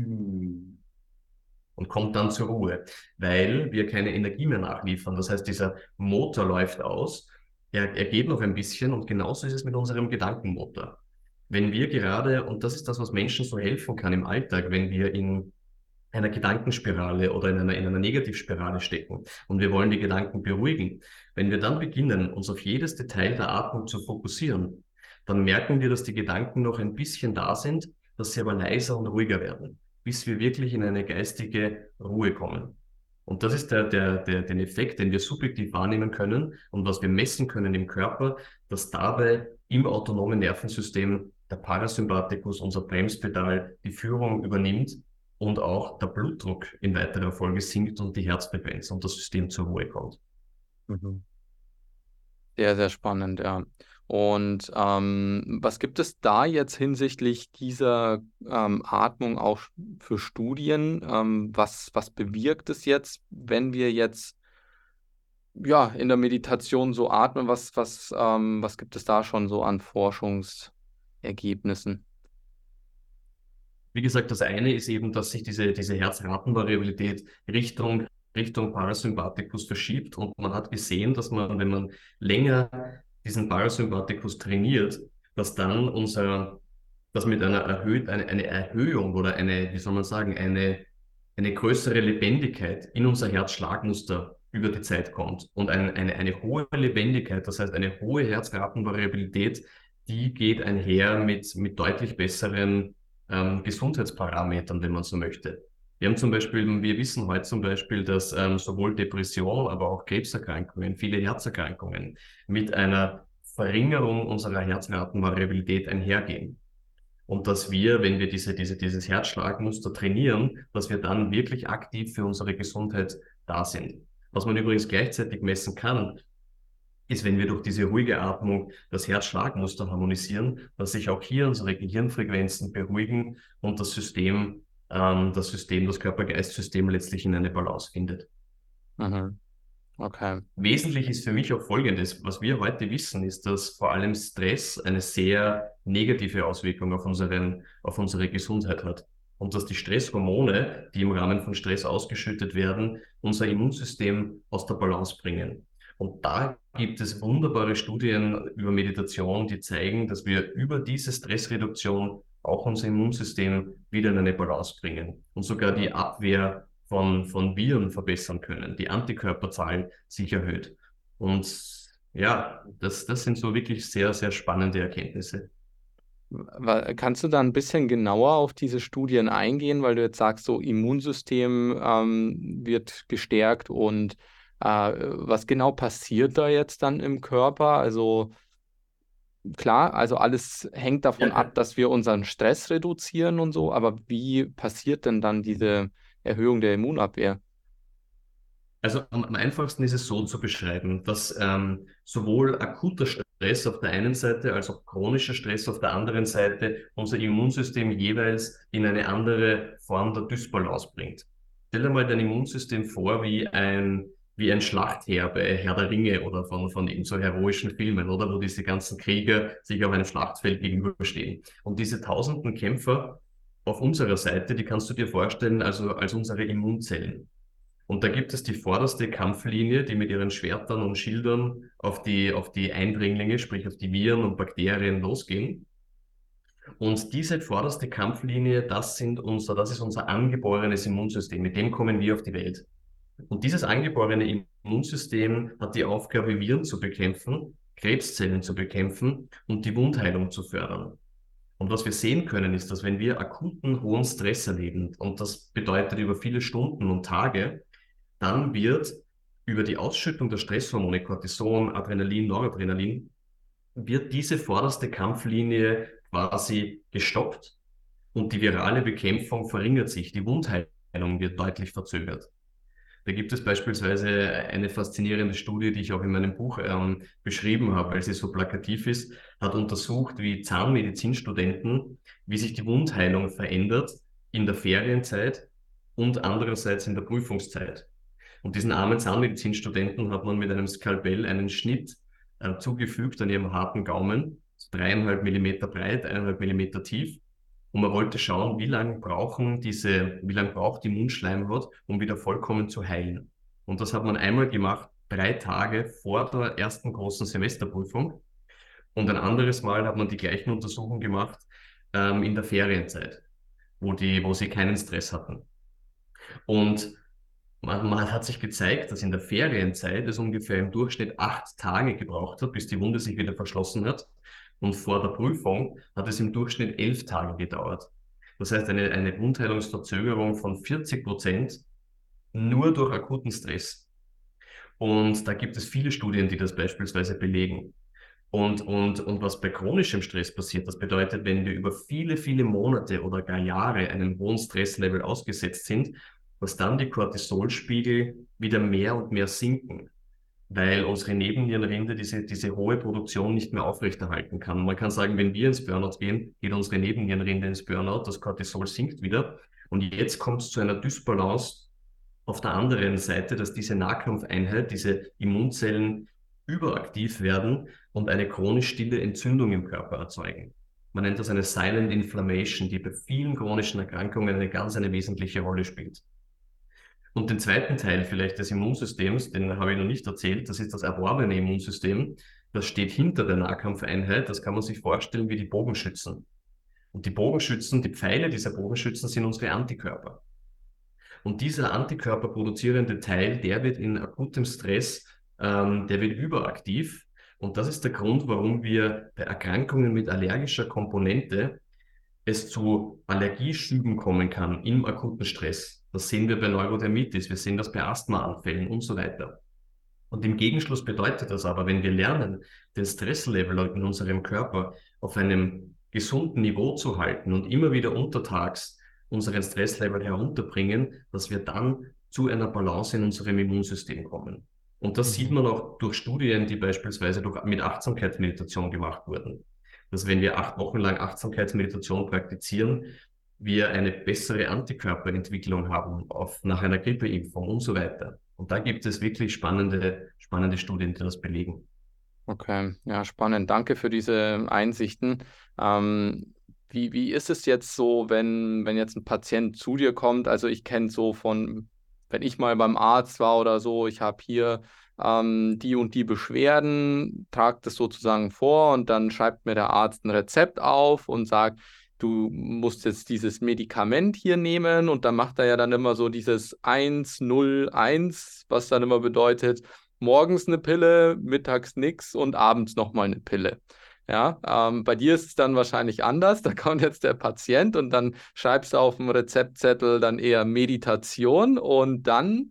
und kommt dann zur Ruhe, weil wir keine Energie mehr nachliefern. Das heißt, dieser Motor läuft aus, er, er geht noch ein bisschen und genauso ist es mit unserem Gedankenmotor. Wenn wir gerade, und das ist das, was Menschen so helfen kann im Alltag, wenn wir in einer Gedankenspirale oder in einer, in einer Negativspirale stecken und wir wollen die Gedanken beruhigen. Wenn wir dann beginnen, uns auf jedes Detail der Atmung zu fokussieren, dann merken wir, dass die Gedanken noch ein bisschen da sind, dass sie aber leiser und ruhiger werden, bis wir wirklich in eine geistige Ruhe kommen. Und das ist der, der, der, den Effekt, den wir subjektiv wahrnehmen können und was wir messen können im Körper, dass dabei im autonomen Nervensystem der Parasympathikus, unser Bremspedal, die Führung übernimmt und auch der Blutdruck in weiterer Folge sinkt und die Herzfrequenz und das System zur Ruhe kommt. Mhm. Sehr, sehr spannend, ja. Und ähm, was gibt es da jetzt hinsichtlich dieser ähm, Atmung auch für Studien? Ähm, was, was bewirkt es jetzt, wenn wir jetzt ja in der Meditation so atmen? Was, was, ähm, was gibt es da schon so an Forschungsergebnissen? Wie gesagt, das eine ist eben, dass sich diese, diese Herzratenvariabilität Richtung, Richtung Parasympathikus verschiebt und man hat gesehen, dass man, wenn man länger diesen Parasympathikus trainiert, dass dann unser, dass mit einer erhöht, eine, eine Erhöhung oder eine, wie soll man sagen, eine, eine größere Lebendigkeit in unser Herzschlagmuster über die Zeit kommt. Und ein, eine, eine hohe Lebendigkeit, das heißt eine hohe Herzratenvariabilität, die geht einher mit, mit deutlich besseren ähm, Gesundheitsparametern, wenn man so möchte. Wir haben zum Beispiel, wir wissen heute zum Beispiel, dass ähm, sowohl Depression, aber auch Krebserkrankungen, viele Herzerkrankungen mit einer Verringerung unserer Herzratenvariabilität einhergehen. Und dass wir, wenn wir diese, diese, dieses Herzschlagmuster trainieren, dass wir dann wirklich aktiv für unsere Gesundheit da sind. Was man übrigens gleichzeitig messen kann, ist, wenn wir durch diese ruhige Atmung das Herzschlagmuster harmonisieren, dass sich auch hier unsere Gehirnfrequenzen beruhigen und das System, ähm, das System, das Körper-Geist-System letztlich in eine Balance findet. Mhm. Okay. Wesentlich ist für mich auch Folgendes. Was wir heute wissen, ist, dass vor allem Stress eine sehr negative Auswirkung auf unseren, auf unsere Gesundheit hat. Und dass die Stresshormone, die im Rahmen von Stress ausgeschüttet werden, unser Immunsystem aus der Balance bringen. Und da gibt es wunderbare Studien über Meditation, die zeigen, dass wir über diese Stressreduktion auch unser Immunsystem wieder in eine Balance bringen und sogar die Abwehr von, von Viren verbessern können, die Antikörperzahl sich erhöht. Und ja, das, das sind so wirklich sehr, sehr spannende Erkenntnisse. Wa- Kannst du da ein bisschen genauer auf diese Studien eingehen, weil du jetzt sagst, so Immunsystem ähm, wird gestärkt und äh, was genau passiert da jetzt dann im Körper? Also klar, also alles hängt davon Ja, ab, dass wir unseren Stress reduzieren und so, aber wie passiert denn dann diese Erhöhung der Immunabwehr? also am, am einfachsten ist es so zu beschreiben, dass ähm, sowohl akuter Stress auf der einen Seite als auch chronischer Stress auf der anderen Seite unser Immunsystem jeweils in eine andere Form der Dysbalance bringt. Stell dir mal dein Immunsystem vor wie ein, wie ein Schlachtheer bei Herr der Ringe oder von, von eben so heroischen Filmen, oder wo diese ganzen Krieger sich auf einem Schlachtfeld gegenüberstehen. Und diese tausenden Kämpfer auf unserer Seite, die kannst du dir vorstellen, also als unsere Immunzellen. Und da gibt es die vorderste Kampflinie, die mit ihren Schwertern und Schildern auf die, auf die Eindringlinge, sprich auf die Viren und Bakterien losgehen. Und diese vorderste Kampflinie, das sind unser, das ist unser angeborenes Immunsystem. Mit dem kommen wir auf die Welt. Und dieses angeborene Immunsystem hat die Aufgabe, Viren zu bekämpfen, Krebszellen zu bekämpfen und die Wundheilung zu fördern. Und was wir sehen können, ist, dass wenn wir akuten hohen Stress erleben, und das bedeutet über viele Stunden und Tage, dann wird über die Ausschüttung der Stresshormone Cortison, Adrenalin, Noradrenalin, wird diese vorderste Kampflinie quasi gestoppt und die virale Bekämpfung verringert sich. Die Wundheilung wird deutlich verzögert. Da gibt es beispielsweise eine faszinierende Studie, die ich auch in meinem Buch ähm, beschrieben habe, weil sie so plakativ ist, hat untersucht, wie Zahnmedizinstudenten, wie sich die Wundheilung verändert in der Ferienzeit und andererseits in der Prüfungszeit. Und diesen armen Zahnmedizinstudenten hat man mit einem Skalpell einen Schnitt äh, zugefügt an ihrem harten Gaumen, so dreieinhalb Millimeter breit, eineinhalb Millimeter tief. Und man wollte schauen, wie lange brauchen diese, wie lange braucht die Mundschleimhaut, um wieder vollkommen zu heilen. Und das hat man einmal gemacht, drei Tage vor der ersten großen Semesterprüfung. Und ein anderes Mal hat man die gleichen Untersuchungen gemacht ähm, in der Ferienzeit, wo die, wo sie keinen Stress hatten. Und man, man hat sich gezeigt, dass in der Ferienzeit es ungefähr im Durchschnitt acht Tage gebraucht hat, bis die Wunde sich wieder verschlossen hat. Und vor der Prüfung hat es im Durchschnitt elf Tage gedauert. Das heißt, eine, eine Wundheilungsverzögerung von vierzig Prozent nur durch akuten Stress. Und da gibt es viele Studien, die das beispielsweise belegen. Und, und, und was bei chronischem Stress passiert, das bedeutet, wenn wir über viele, viele Monate oder gar Jahre einem hohen Stresslevel ausgesetzt sind, dass dann die Cortisolspiegel wieder mehr und mehr sinken, weil unsere Nebennierenrinde diese, diese hohe Produktion nicht mehr aufrechterhalten kann. Man kann sagen, wenn wir ins Burnout gehen, geht unsere Nebennierenrinde ins Burnout, das Cortisol sinkt wieder. Und jetzt kommt es zu einer Dysbalance auf der anderen Seite, dass diese Nahkampfeinheit, diese Immunzellen überaktiv werden und eine chronisch stille Entzündung im Körper erzeugen. Man nennt das eine Silent Inflammation, die bei vielen chronischen Erkrankungen eine ganz eine wesentliche Rolle spielt. Und den zweiten Teil vielleicht des Immunsystems, den habe ich noch nicht erzählt, das ist das erworbene Immunsystem. das steht hinter der Nahkampfeinheit, das kann man sich vorstellen wie die Bogenschützen. Und die Bogenschützen, die Pfeile dieser Bogenschützen sind unsere Antikörper. Und dieser antikörperproduzierende Teil, der wird in akutem Stress, ähm, der wird überaktiv. Und das ist der Grund, warum wir bei Erkrankungen mit allergischer Komponente es zu Allergieschüben kommen kann im akuten Stress. Das sehen wir bei Neurodermitis, wir sehen das bei Asthmaanfällen und so weiter. Und im Gegenschluss bedeutet das aber, wenn wir lernen, den Stresslevel in unserem Körper auf einem gesunden Niveau zu halten und immer wieder untertags unseren Stresslevel herunterbringen, dass wir dann zu einer Balance in unserem Immunsystem kommen. Und das mhm. sieht man auch durch Studien, die beispielsweise durch, mit Achtsamkeitsmeditation gemacht wurden. Dass wenn wir acht Wochen lang Achtsamkeitsmeditation praktizieren, wir eine bessere Antikörperentwicklung haben auf, nach einer Grippeimpfung und so weiter. Und da gibt es wirklich spannende, spannende Studien, die das belegen. Okay, ja, spannend. Danke für diese Einsichten. Ähm, wie, wie ist es jetzt so, wenn, wenn jetzt ein Patient zu dir kommt? Also ich kenne so von, wenn ich mal beim Arzt war oder so, ich habe hier ähm, die und die Beschwerden, trage das sozusagen vor und dann schreibt mir der Arzt ein Rezept auf und sagt, du musst jetzt dieses Medikament hier nehmen und dann macht er ja dann immer so dieses eins null eins, was dann immer bedeutet, morgens eine Pille, mittags nix und abends nochmal eine Pille. Ja, ähm, bei dir ist es dann wahrscheinlich anders. Da kommt jetzt der Patient und dann schreibst du auf dem Rezeptzettel dann eher Meditation und dann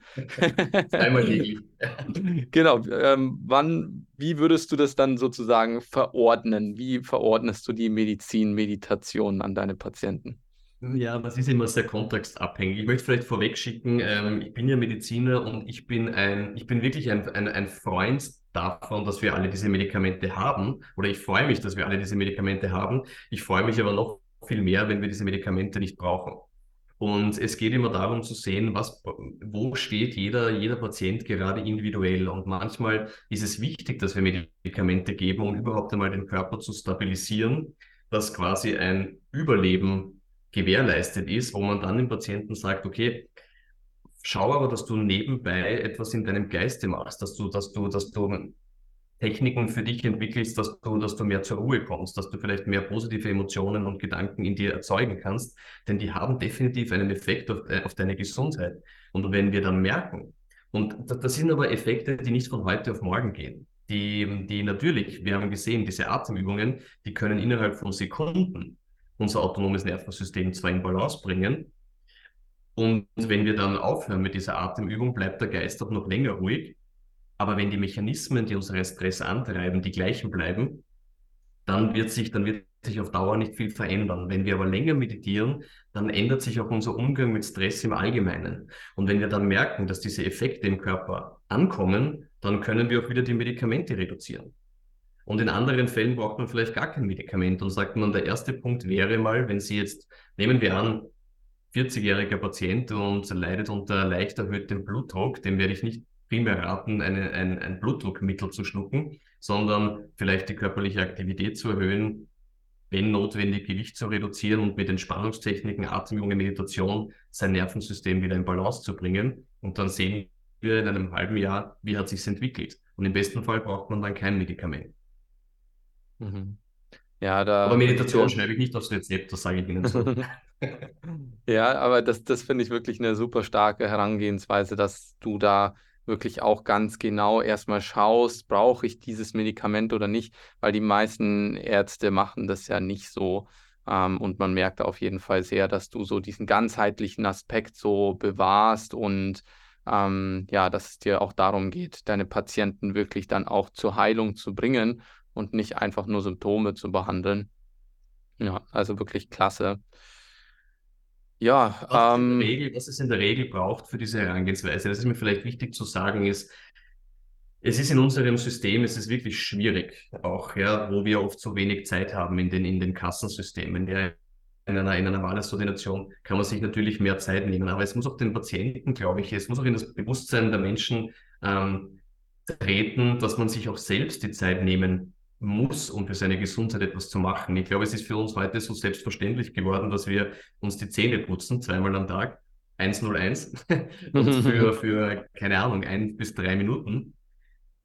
Einmal täglich. Genau, ähm, wann, wie würdest du das dann sozusagen verordnen? Wie verordnest du die Medizin, Meditation an deine Patienten? Ja, das ist immer sehr kontextabhängig. Ich möchte vielleicht vorweg schicken, ähm, ich bin ja Mediziner und ich bin ein, ich bin wirklich ein, ein, ein Freund davon, dass wir alle diese Medikamente haben. Oder ich freue mich, dass wir alle diese Medikamente haben. Ich freue mich aber noch viel mehr, wenn wir diese Medikamente nicht brauchen. Und es geht immer darum zu sehen, was, wo steht jeder, jeder Patient gerade individuell. Und manchmal ist es wichtig, dass wir Medikamente geben, um überhaupt einmal den Körper zu stabilisieren, dass quasi ein Überleben gewährleistet ist, wo man dann dem Patienten sagt, okay, schau aber, dass du nebenbei etwas in deinem Geiste machst, dass du, dass du, dass du Techniken für dich entwickelst, dass du, dass du mehr zur Ruhe kommst, dass du vielleicht mehr positive Emotionen und Gedanken in dir erzeugen kannst, denn die haben definitiv einen Effekt auf, äh, auf deine Gesundheit. Und wenn wir dann merken, und das, das sind aber Effekte, die nicht von heute auf morgen gehen, die, die natürlich, wir haben gesehen, diese Atemübungen, die können innerhalb von Sekunden unser autonomes Nervensystem zwar in Balance bringen, und wenn wir dann aufhören mit dieser Atemübung, bleibt der Geist auch noch länger ruhig. Aber wenn die Mechanismen, die unseren Stress antreiben, die gleichen bleiben, dann wird sich, dann wird sich auf Dauer nicht viel verändern. Wenn wir aber länger meditieren, dann ändert sich auch unser Umgang mit Stress im Allgemeinen. Und wenn wir dann merken, dass diese Effekte im Körper ankommen, dann können wir auch wieder die Medikamente reduzieren. Und in anderen Fällen braucht man vielleicht gar kein Medikament. Und sagt man, der erste Punkt wäre mal, wenn Sie jetzt, nehmen wir an, vierzigjähriger Patient und leidet unter leicht erhöhtem Blutdruck, dem werde ich nicht primär raten, eine, ein, ein Blutdruckmittel zu schlucken, sondern vielleicht die körperliche Aktivität zu erhöhen, wenn notwendig Gewicht zu reduzieren und mit Entspannungstechniken, Atemübungen, Meditation sein Nervensystem wieder in Balance zu bringen. Und dann sehen wir in einem halben Jahr, wie hat sich's entwickelt. Und im besten Fall braucht man dann kein Medikament. Mhm. Ja, da Aber würde ich Meditation dir... schreibe ich nicht aufs Rezept, das sage ich Ihnen so. Ja, aber das, das finde ich wirklich eine super starke Herangehensweise, dass du da wirklich auch ganz genau erstmal schaust, brauche ich dieses Medikament oder nicht, weil die meisten Ärzte machen das ja nicht so. Ähm, und man merkt auf jeden Fall sehr, dass du so diesen ganzheitlichen Aspekt so bewahrst und ähm, ja, dass es dir auch darum geht, deine Patienten wirklich dann auch zur Heilung zu bringen und nicht einfach nur Symptome zu behandeln. Ja, also wirklich klasse. Ja, Was es in der ähm, Regel, was es in der Regel braucht für diese Herangehensweise, das ist mir vielleicht wichtig zu sagen, ist, es ist in unserem System, es ist wirklich schwierig, auch, ja, wo wir oft so wenig Zeit haben in den, in den Kassensystemen. Ja, in einer, in einer Malus-Ordination kann man sich natürlich mehr Zeit nehmen, aber es muss auch den Patienten, glaube ich, es muss auch in das Bewusstsein der Menschen ähm, treten, dass man sich auch selbst die Zeit nehmen muss, um für seine Gesundheit etwas zu machen. Ich glaube, es ist für uns heute so selbstverständlich geworden, dass wir uns die Zähne putzen, zweimal am Tag, eins null eins, und für, für, keine Ahnung, ein bis drei Minuten.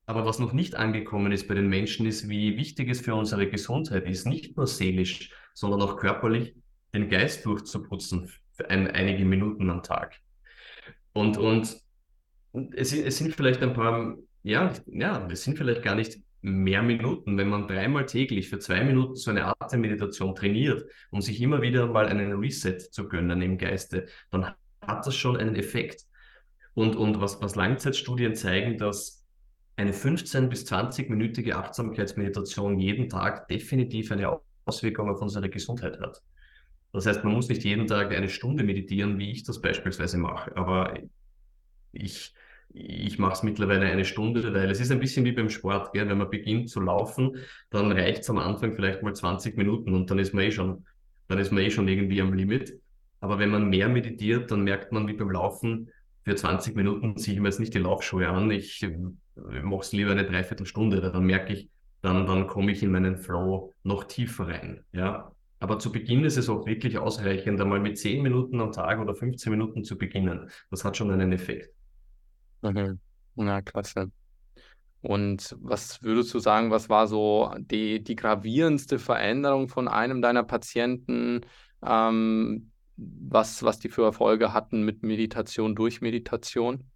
Aber was noch nicht angekommen ist bei den Menschen, ist, wie wichtig es für unsere Gesundheit ist, nicht nur seelisch, sondern auch körperlich, den Geist durchzuputzen für ein, einige Minuten am Tag. Und, und und es, sind- es sind vielleicht ein paar, ja, ja, es sind vielleicht gar nicht mehr Minuten, wenn man dreimal täglich für zwei Minuten so eine Atemmeditation trainiert, um sich immer wieder mal einen Reset zu gönnen im Geiste, dann hat das schon einen Effekt. Und, und was, was Langzeitstudien zeigen, dass eine fünfzehn- bis zwanzig-minütige Achtsamkeitsmeditation jeden Tag definitiv eine Auswirkung auf unsere Gesundheit hat. Das heißt, man muss nicht jeden Tag eine Stunde meditieren, wie ich das beispielsweise mache, aber ich, ich mache es mittlerweile eine Stunde, weil es ist ein bisschen wie beim Sport, gell? Wenn man beginnt zu laufen, dann reicht es am Anfang vielleicht mal zwanzig Minuten und dann ist man eh schon, dann ist man eh schon irgendwie am Limit. Aber wenn man mehr meditiert, dann merkt man wie beim Laufen, für zwanzig Minuten ziehe ich mir jetzt nicht die Laufschuhe an, ich äh, mache es lieber eine Dreiviertelstunde, dann merke ich, dann, dann komme ich in meinen Flow noch tiefer rein. Ja? Aber zu Beginn ist es auch wirklich ausreichend, einmal mit zehn Minuten am Tag oder fünfzehn Minuten zu beginnen. Das hat schon einen Effekt. Mhm. Ja, klasse. Und was würdest du sagen, was war so die, die gravierendste Veränderung von einem deiner Patienten, ähm, was, was die für Erfolge hatten mit Meditation, durch Meditation?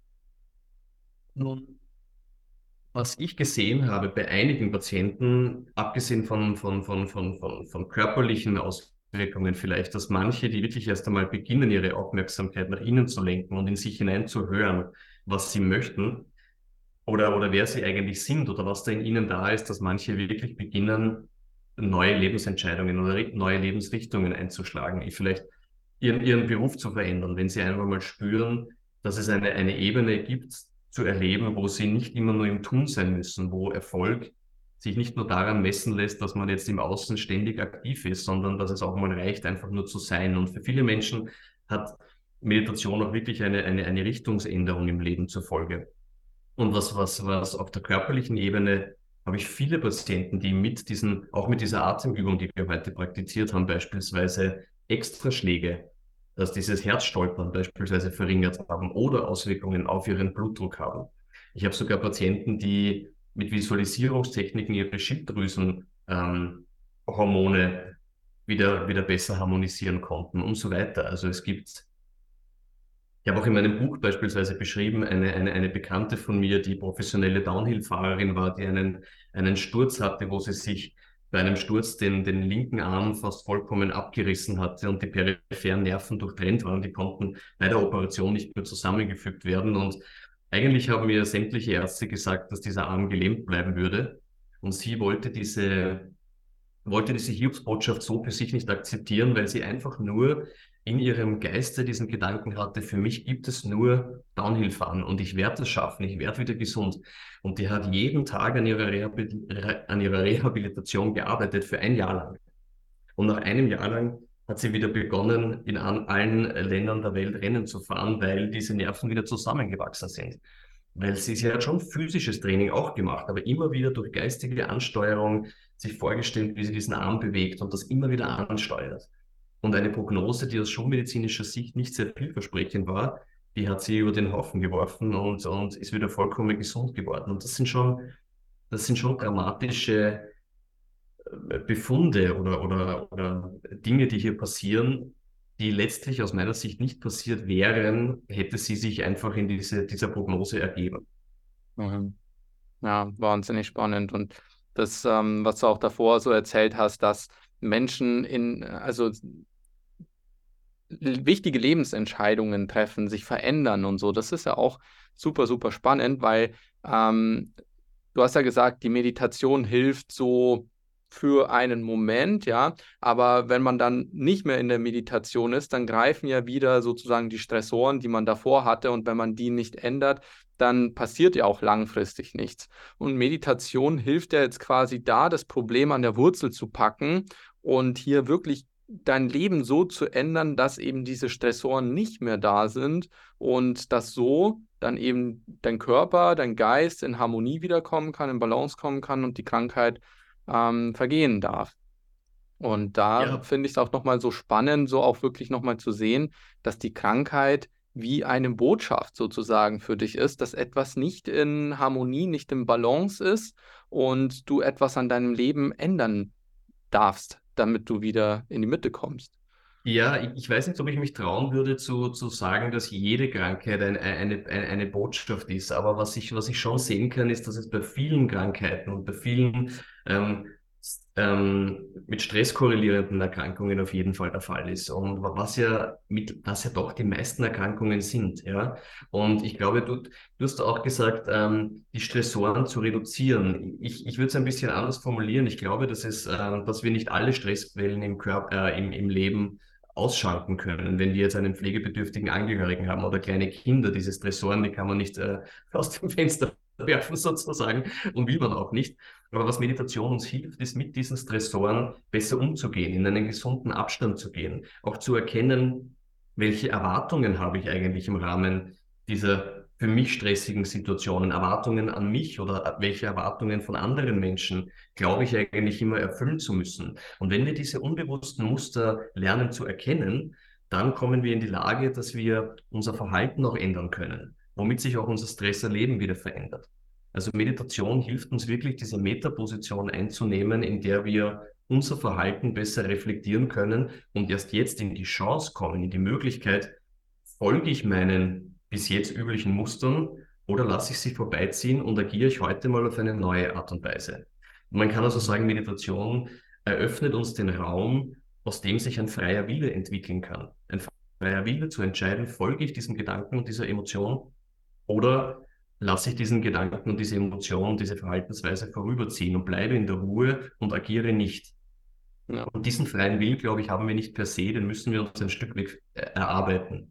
Nun, was ich gesehen habe bei einigen Patienten, abgesehen von, von, von, von, von, von körperlichen Auswirkungen vielleicht, dass manche, die wirklich erst einmal beginnen, ihre Aufmerksamkeit nach innen zu lenken und in sich hineinzuhören, was sie möchten oder, oder wer sie eigentlich sind oder was da in ihnen da ist, dass manche wirklich beginnen, neue Lebensentscheidungen oder ri- neue Lebensrichtungen einzuschlagen, ich vielleicht ihren, ihren Beruf zu verändern, wenn sie einfach mal spüren, dass es eine, eine Ebene gibt, zu erleben, wo sie nicht immer nur im Tun sein müssen, wo Erfolg sich nicht nur daran messen lässt, dass man jetzt im Außen ständig aktiv ist, sondern dass es auch mal reicht, einfach nur zu sein. Und für viele Menschen hat Meditation auch wirklich eine, eine, eine Richtungsänderung im Leben zur Folge. Und was, was, was auf der körperlichen Ebene habe ich viele Patienten, die mit diesen, auch mit dieser Atemübung, die wir heute praktiziert haben, beispielsweise Extraschläge, dass dieses Herzstolpern beispielsweise verringert haben oder Auswirkungen auf ihren Blutdruck haben. Ich habe sogar Patienten, die mit Visualisierungstechniken ihre Schilddrüsen, ähm, Hormone wieder, wieder besser harmonisieren konnten und so weiter. Also es gibt ich habe auch in meinem Buch beispielsweise beschrieben, eine, eine, eine Bekannte von mir, die professionelle Downhill-Fahrerin war, die einen, einen Sturz hatte, wo sie sich bei einem Sturz den, den linken Arm fast vollkommen abgerissen hatte und die peripheren Nerven durchtrennt waren. Die konnten bei der Operation nicht mehr zusammengefügt werden. Und eigentlich haben mir sämtliche Ärzte gesagt, dass dieser Arm gelähmt bleiben würde. Und sie wollte diese wollte diese Hiobsbotschaft so für sich nicht akzeptieren, weil sie einfach nur in ihrem Geiste diesen Gedanken hatte, für mich gibt es nur Downhill-Fahren und ich werde das schaffen, ich werde wieder gesund. Und die hat jeden Tag an ihrer, Rehabil an ihrer Rehabilitation gearbeitet für ein Jahr lang. Und nach einem Jahr lang hat sie wieder begonnen, in an allen Ländern der Welt Rennen zu fahren, weil diese Nerven wieder zusammengewachsen sind. Weil sie, sie hat schon physisches Training auch gemacht, aber immer wieder durch geistige Ansteuerung sich vorgestellt, wie sie diesen Arm bewegt und das immer wieder ansteuert. Und eine Prognose, die aus schulmedizinischer Sicht nicht sehr vielversprechend war, die hat sie über den Haufen geworfen und, und ist wieder vollkommen gesund geworden. Und das sind schon, das sind schon dramatische Befunde oder, oder, oder Dinge, die hier passieren, die letztlich aus meiner Sicht nicht passiert wären, hätte sie sich einfach in diese, dieser Prognose ergeben. Mhm. Ja, wahnsinnig spannend. Und das, ähm, was du auch davor so erzählt hast, dass Menschen in, also wichtige Lebensentscheidungen treffen, sich verändern und so, das ist ja auch super, super spannend, weil ähm, du hast ja gesagt, die Meditation hilft so für einen Moment, ja, aber wenn man dann nicht mehr in der Meditation ist, dann greifen ja wieder sozusagen die Stressoren, die man davor hatte, und wenn man die nicht ändert, dann passiert ja auch langfristig nichts. Und Meditation hilft ja jetzt quasi da, das Problem an der Wurzel zu packen und hier wirklich dein Leben so zu ändern, dass eben diese Stressoren nicht mehr da sind und dass so dann eben dein Körper, dein Geist in Harmonie wiederkommen kann, in Balance kommen kann und die Krankheit ähm, vergehen darf. Und da Ja, finde ich es auch nochmal so spannend, so auch wirklich nochmal zu sehen, dass die Krankheit wie eine Botschaft sozusagen für dich ist, dass etwas nicht in Harmonie, nicht im Balance ist und du etwas an deinem Leben ändern darfst, damit du wieder in die Mitte kommst. Ja, ich, ich weiß nicht, ob ich mich trauen würde zu, zu sagen, dass jede Krankheit ein, eine, eine, eine Botschaft ist. Aber was ich, was ich schon sehen kann, ist, dass es bei vielen Krankheiten und bei vielen ähm, s- ähm, mit Stress korrelierenden Erkrankungen auf jeden Fall der Fall ist. Und wa- was ja mit, was ja doch die meisten Erkrankungen sind, ja. Und ich glaube, du, du hast auch gesagt, ähm, die Stressoren zu reduzieren. Ich, ich würde es ein bisschen anders formulieren. Ich glaube, dass es, ähm, dass wir nicht alle Stressquellen im Körper, äh, im, im Leben ausschalten können. Wenn die jetzt einen pflegebedürftigen Angehörigen haben oder kleine Kinder, diese Stressoren, die kann man nicht äh, aus dem Fenster werfen sozusagen und will man auch nicht. Aber was Meditation uns hilft, ist mit diesen Stressoren besser umzugehen, in einen gesunden Abstand zu gehen, auch zu erkennen, welche Erwartungen habe ich eigentlich im Rahmen dieser für mich stressigen Situationen, Erwartungen an mich oder welche Erwartungen von anderen Menschen glaube ich eigentlich immer erfüllen zu müssen. Und wenn wir diese unbewussten Muster lernen zu erkennen, dann kommen wir in die Lage, dass wir unser Verhalten auch ändern können, womit sich auch unser Stresserleben wieder verändert. Also Meditation hilft uns wirklich, diese Metaposition einzunehmen, in der wir unser Verhalten besser reflektieren können und erst jetzt in die Chance kommen, in die Möglichkeit, folge ich meinen bis jetzt üblichen Mustern oder lasse ich sie vorbeiziehen und agiere ich heute mal auf eine neue Art und Weise. Man kann also sagen, Meditation eröffnet uns den Raum, aus dem sich ein freier Wille entwickeln kann. Ein freier Wille zu entscheiden, folge ich diesem Gedanken und dieser Emotion oder lasse ich diesen Gedanken und diese Emotion, diese Verhaltensweise vorüberziehen und bleibe in der Ruhe und agiere nicht. Ja. Und diesen freien Willen, glaube ich, haben wir nicht per se, den müssen wir uns ein Stück weit äh, erarbeiten.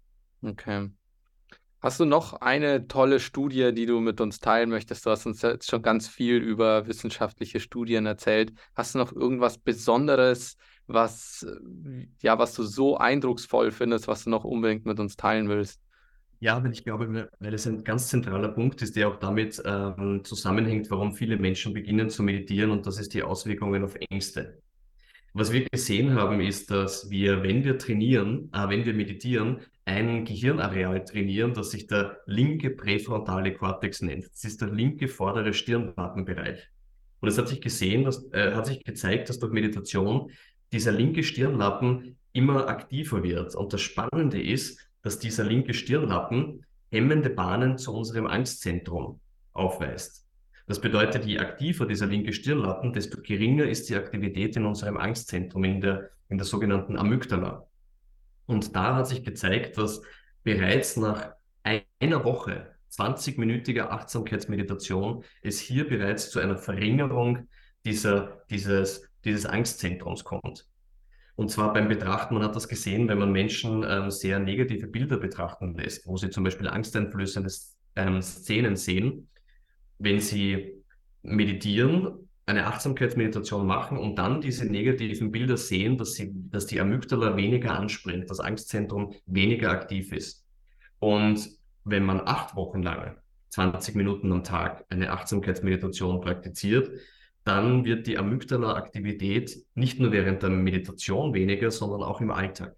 Okay. Hast du noch eine tolle Studie, die du mit uns teilen möchtest? Du hast uns jetzt schon ganz viel über wissenschaftliche Studien erzählt. Hast du noch irgendwas Besonderes, was, äh, ja, was du so eindrucksvoll findest, was du noch unbedingt mit uns teilen willst? Ja, weil ich glaube, weil weil es ein ganz zentraler Punkt ist, der auch damit ähm, zusammenhängt, warum viele Menschen beginnen zu meditieren, und das ist die Auswirkungen auf Ängste. Was wir gesehen haben, ist, dass wir, wenn wir trainieren, äh, wenn wir meditieren, ein Gehirnareal trainieren, das sich der linke präfrontale Kortex nennt. Das ist der linke vordere Stirnlappenbereich. Und es hat sich gesehen, dass, äh, hat sich gezeigt, dass durch Meditation dieser linke Stirnlappen immer aktiver wird. Und das Spannende ist, dass dieser linke Stirnlappen hemmende Bahnen zu unserem Angstzentrum aufweist. Das bedeutet, je aktiver dieser linke Stirnlappen, desto geringer ist die Aktivität in unserem Angstzentrum, in der, in der sogenannten Amygdala. Und da hat sich gezeigt, dass bereits nach einer Woche zwanzig-minütiger Achtsamkeitsmeditation es hier bereits zu einer Verringerung dieser, dieses, dieses Angstzentrums kommt. Und zwar beim Betrachten, man hat das gesehen, wenn man Menschen ähm, sehr negative Bilder betrachten lässt, wo sie zum Beispiel angsteinflößende ähm, Szenen sehen, wenn Sie meditieren, eine Achtsamkeitsmeditation machen und dann diese negativen Bilder sehen, dass sie, dass die Amygdala weniger anspringt, das Angstzentrum weniger aktiv ist. Und wenn man acht Wochen lang, zwanzig Minuten am Tag, eine Achtsamkeitsmeditation praktiziert, dann wird die Amygdala-Aktivität nicht nur während der Meditation weniger, sondern auch im Alltag.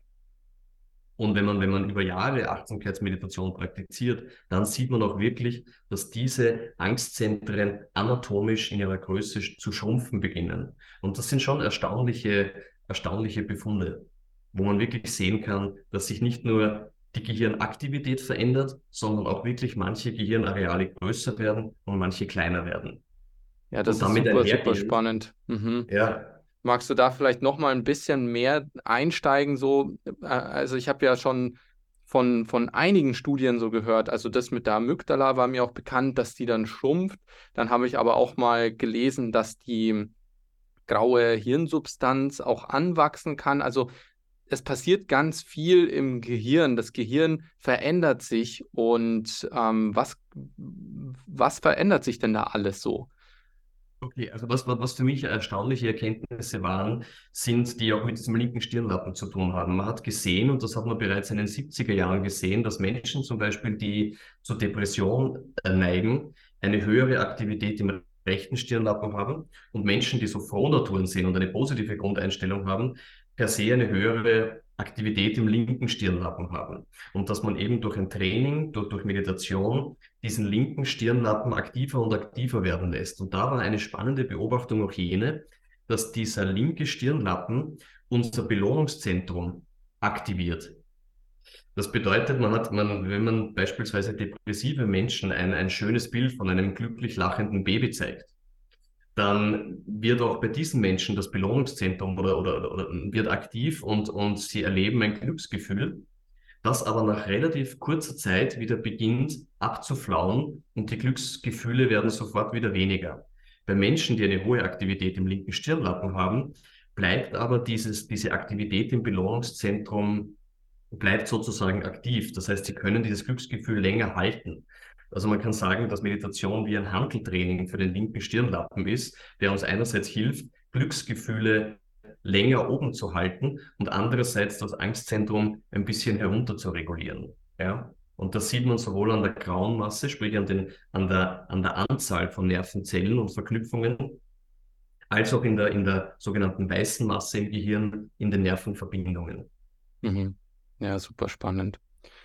Und wenn man, wenn man über Jahre Achtsamkeitsmeditation praktiziert, dann sieht man auch wirklich, dass diese Angstzentren anatomisch in ihrer Größe zu schrumpfen beginnen. Und das sind schon erstaunliche, erstaunliche Befunde, wo man wirklich sehen kann, dass sich nicht nur die Gehirnaktivität verändert, sondern auch wirklich manche Gehirnareale größer werden und manche kleiner werden. Ja, das Und ist damit super, super einhergehend, spannend. Mhm. ja, Magst du da vielleicht noch mal ein bisschen mehr einsteigen? So, äh, also ich habe ja schon von, von einigen Studien so gehört. Also das mit der Amygdala war mir auch bekannt, dass die dann schrumpft. Dann habe ich aber auch mal gelesen, dass die graue Hirnsubstanz auch anwachsen kann. Also es passiert ganz viel im Gehirn. Das Gehirn verändert sich. Und ähm, was, was verändert sich denn da alles so? okay, also was, was was für mich erstaunliche Erkenntnisse waren, sind, die auch mit diesem linken Stirnlappen zu tun haben. Man hat gesehen, und das hat man bereits in den siebziger Jahren gesehen, dass Menschen zum Beispiel, die zu Depression äh, neigen, eine höhere Aktivität im rechten Stirnlappen haben, und Menschen, die so Frohnaturen sind und eine positive Grundeinstellung haben, per se eine höhere Aktivität im linken Stirnlappen haben und dass man eben durch ein Training, durch, durch Meditation diesen linken Stirnlappen aktiver und aktiver werden lässt. Und da war eine spannende Beobachtung auch jene, dass dieser linke Stirnlappen unser Belohnungszentrum aktiviert. Das bedeutet, man hat, man, wenn man beispielsweise depressive Menschen ein, ein schönes Bild von einem glücklich lachenden Baby zeigt, dann wird auch bei diesen Menschen das Belohnungszentrum oder, oder, oder wird aktiv und, und sie erleben ein Glücksgefühl, das aber nach relativ kurzer Zeit wieder beginnt abzuflauen und die Glücksgefühle werden sofort wieder weniger. Bei Menschen, die eine hohe Aktivität im linken Stirnlappen haben, bleibt aber dieses, diese Aktivität im Belohnungszentrum bleibt sozusagen aktiv. Das heißt, sie können dieses Glücksgefühl länger halten. Also man kann sagen, dass Meditation wie ein Hanteltraining für den linken Stirnlappen ist, der uns einerseits hilft, Glücksgefühle länger oben zu halten und andererseits das Angstzentrum ein bisschen herunter zu regulieren. Ja? Und das sieht man sowohl an der grauen Masse, sprich an, den, an, der, an der Anzahl von Nervenzellen und Verknüpfungen, als auch in der, in der sogenannten weißen Masse im Gehirn, in den Nervenverbindungen. Mhm. Ja, super spannend.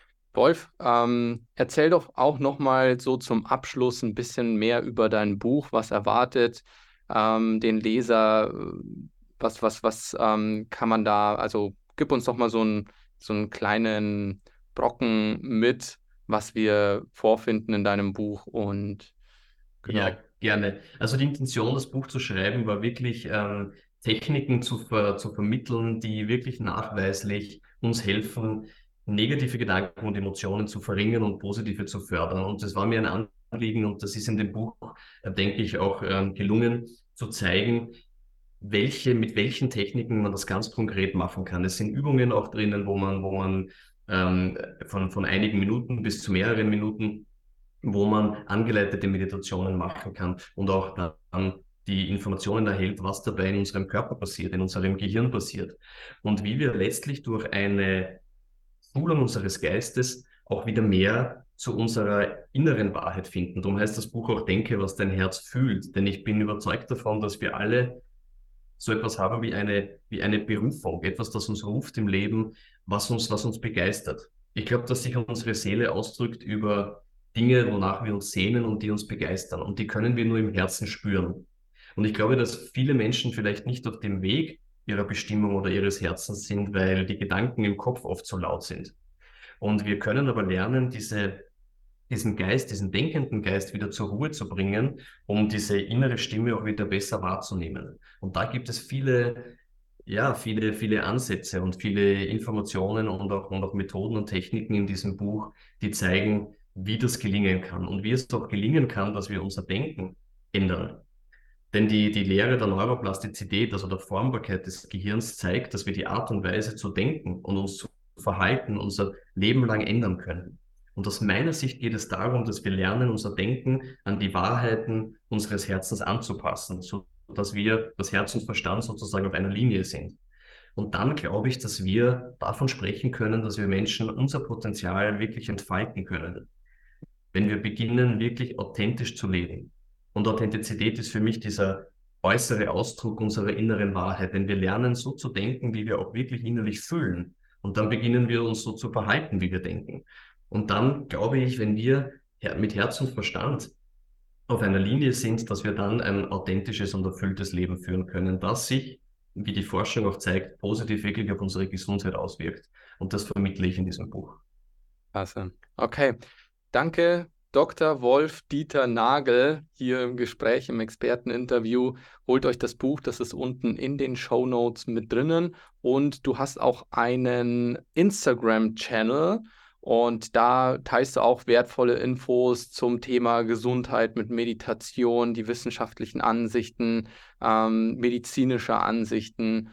Wolf, ähm, erzähl doch auch nochmal so zum Abschluss ein bisschen mehr über dein Buch. Was erwartet ähm, den Leser? äh, Was, was, was ähm, kann man da, also gib uns doch mal so einen, so einen kleinen Brocken mit, was wir vorfinden in deinem Buch und genau. Ja, gerne. Also die Intention, das Buch zu schreiben, war wirklich ähm, Techniken zu, ver zu vermitteln, die wirklich nachweislich uns helfen, negative Gedanken und Emotionen zu verringern und positive zu fördern. Und das war mir ein Anliegen und das ist in dem Buch, äh, denke ich, auch ähm, gelungen, zu zeigen, welche, mit welchen Techniken man das ganz konkret machen kann. Es sind Übungen auch drinnen, wo man, wo man ähm, von, von einigen Minuten bis zu mehreren Minuten wo man angeleitete Meditationen machen kann und auch dann die Informationen erhält, was dabei in unserem Körper passiert, in unserem Gehirn passiert und wie wir letztlich durch eine Schulung unseres Geistes auch wieder mehr zu unserer inneren Wahrheit finden. Darum heißt das Buch auch Denke, was dein Herz fühlt, denn ich bin überzeugt davon, dass wir alle so etwas haben wie eine, wie eine Berufung, etwas, das uns ruft im Leben, was uns, was uns begeistert. Ich glaube, dass sich unsere Seele ausdrückt über Dinge, wonach wir uns sehnen und die uns begeistern. Und die können wir nur im Herzen spüren. Und ich glaube, dass viele Menschen vielleicht nicht auf dem Weg ihrer Bestimmung oder ihres Herzens sind, weil die Gedanken im Kopf oft so laut sind. Und wir können aber lernen, diese diesen Geist, diesen denkenden Geist wieder zur Ruhe zu bringen, um diese innere Stimme auch wieder besser wahrzunehmen. Und da gibt es viele, ja, viele, viele Ansätze und viele Informationen und auch, und auch Methoden und Techniken in diesem Buch, die zeigen, wie das gelingen kann und wie es doch gelingen kann, dass wir unser Denken ändern. Denn die, die Lehre der Neuroplastizität, also der Formbarkeit des Gehirns, zeigt, dass wir die Art und Weise zu denken und uns zu verhalten unser Leben lang ändern können. Und aus meiner Sicht geht es darum, dass wir lernen, unser Denken an die Wahrheiten unseres Herzens anzupassen, so dass wir, das Herz und Verstand sozusagen auf einer Linie sind. Und dann glaube ich, dass wir davon sprechen können, dass wir Menschen unser Potenzial wirklich entfalten können, wenn wir beginnen, wirklich authentisch zu leben. Und Authentizität ist für mich dieser äußere Ausdruck unserer inneren Wahrheit, wenn wir lernen, so zu denken, wie wir auch wirklich innerlich fühlen. Und dann beginnen wir uns so zu verhalten, wie wir denken. Und dann glaube ich, wenn wir mit Herz und Verstand auf einer Linie sind, dass wir dann ein authentisches und erfülltes Leben führen können, das sich, wie die Forschung auch zeigt, positiv wirklich auf unsere Gesundheit auswirkt. Und das vermittle ich in diesem Buch. Klasse. Okay. Danke, Doktor Wolf Dieter Nagel, hier im Gespräch, im Experteninterview. Holt euch das Buch, das ist unten in den Shownotes mit drinnen. Und du hast auch einen Instagram-Channel und da teilst du auch wertvolle Infos zum Thema Gesundheit mit Meditation, die wissenschaftlichen Ansichten, ähm, medizinische Ansichten.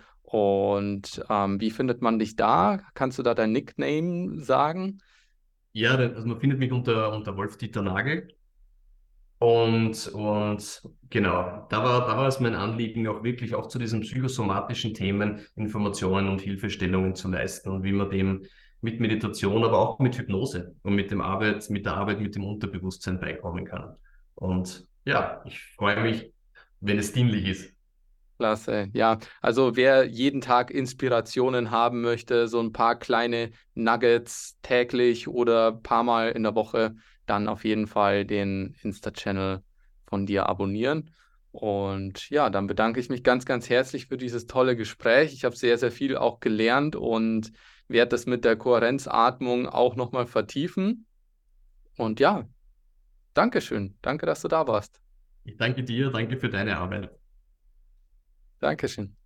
Und ähm, wie findet man dich da? Kannst du da dein Nickname sagen? Ja, also man findet mich unter, unter Wolf-Dieter Nagel. Und, und genau, da war, da war es mein Anliegen, auch wirklich auch zu diesen psychosomatischen Themen Informationen und Hilfestellungen zu leisten und wie man dem mit Meditation, aber auch mit Hypnose und mit dem Arbeit, mit der Arbeit mit dem Unterbewusstsein beikommen kann. Und ja, ich freue mich, wenn es dienlich ist. Klasse, ja. Also wer jeden Tag Inspirationen haben möchte, so ein paar kleine Nuggets täglich oder ein paar Mal in der Woche, dann auf jeden Fall den Insta-Channel von dir abonnieren. Und ja, dann bedanke ich mich ganz, ganz herzlich für dieses tolle Gespräch. Ich habe sehr, sehr viel auch gelernt und werde das mit der Kohärenzatmung auch nochmal vertiefen. Und ja, Dankeschön. Danke, dass du da warst. Ich danke dir, danke für deine Arbeit. Dankeschön.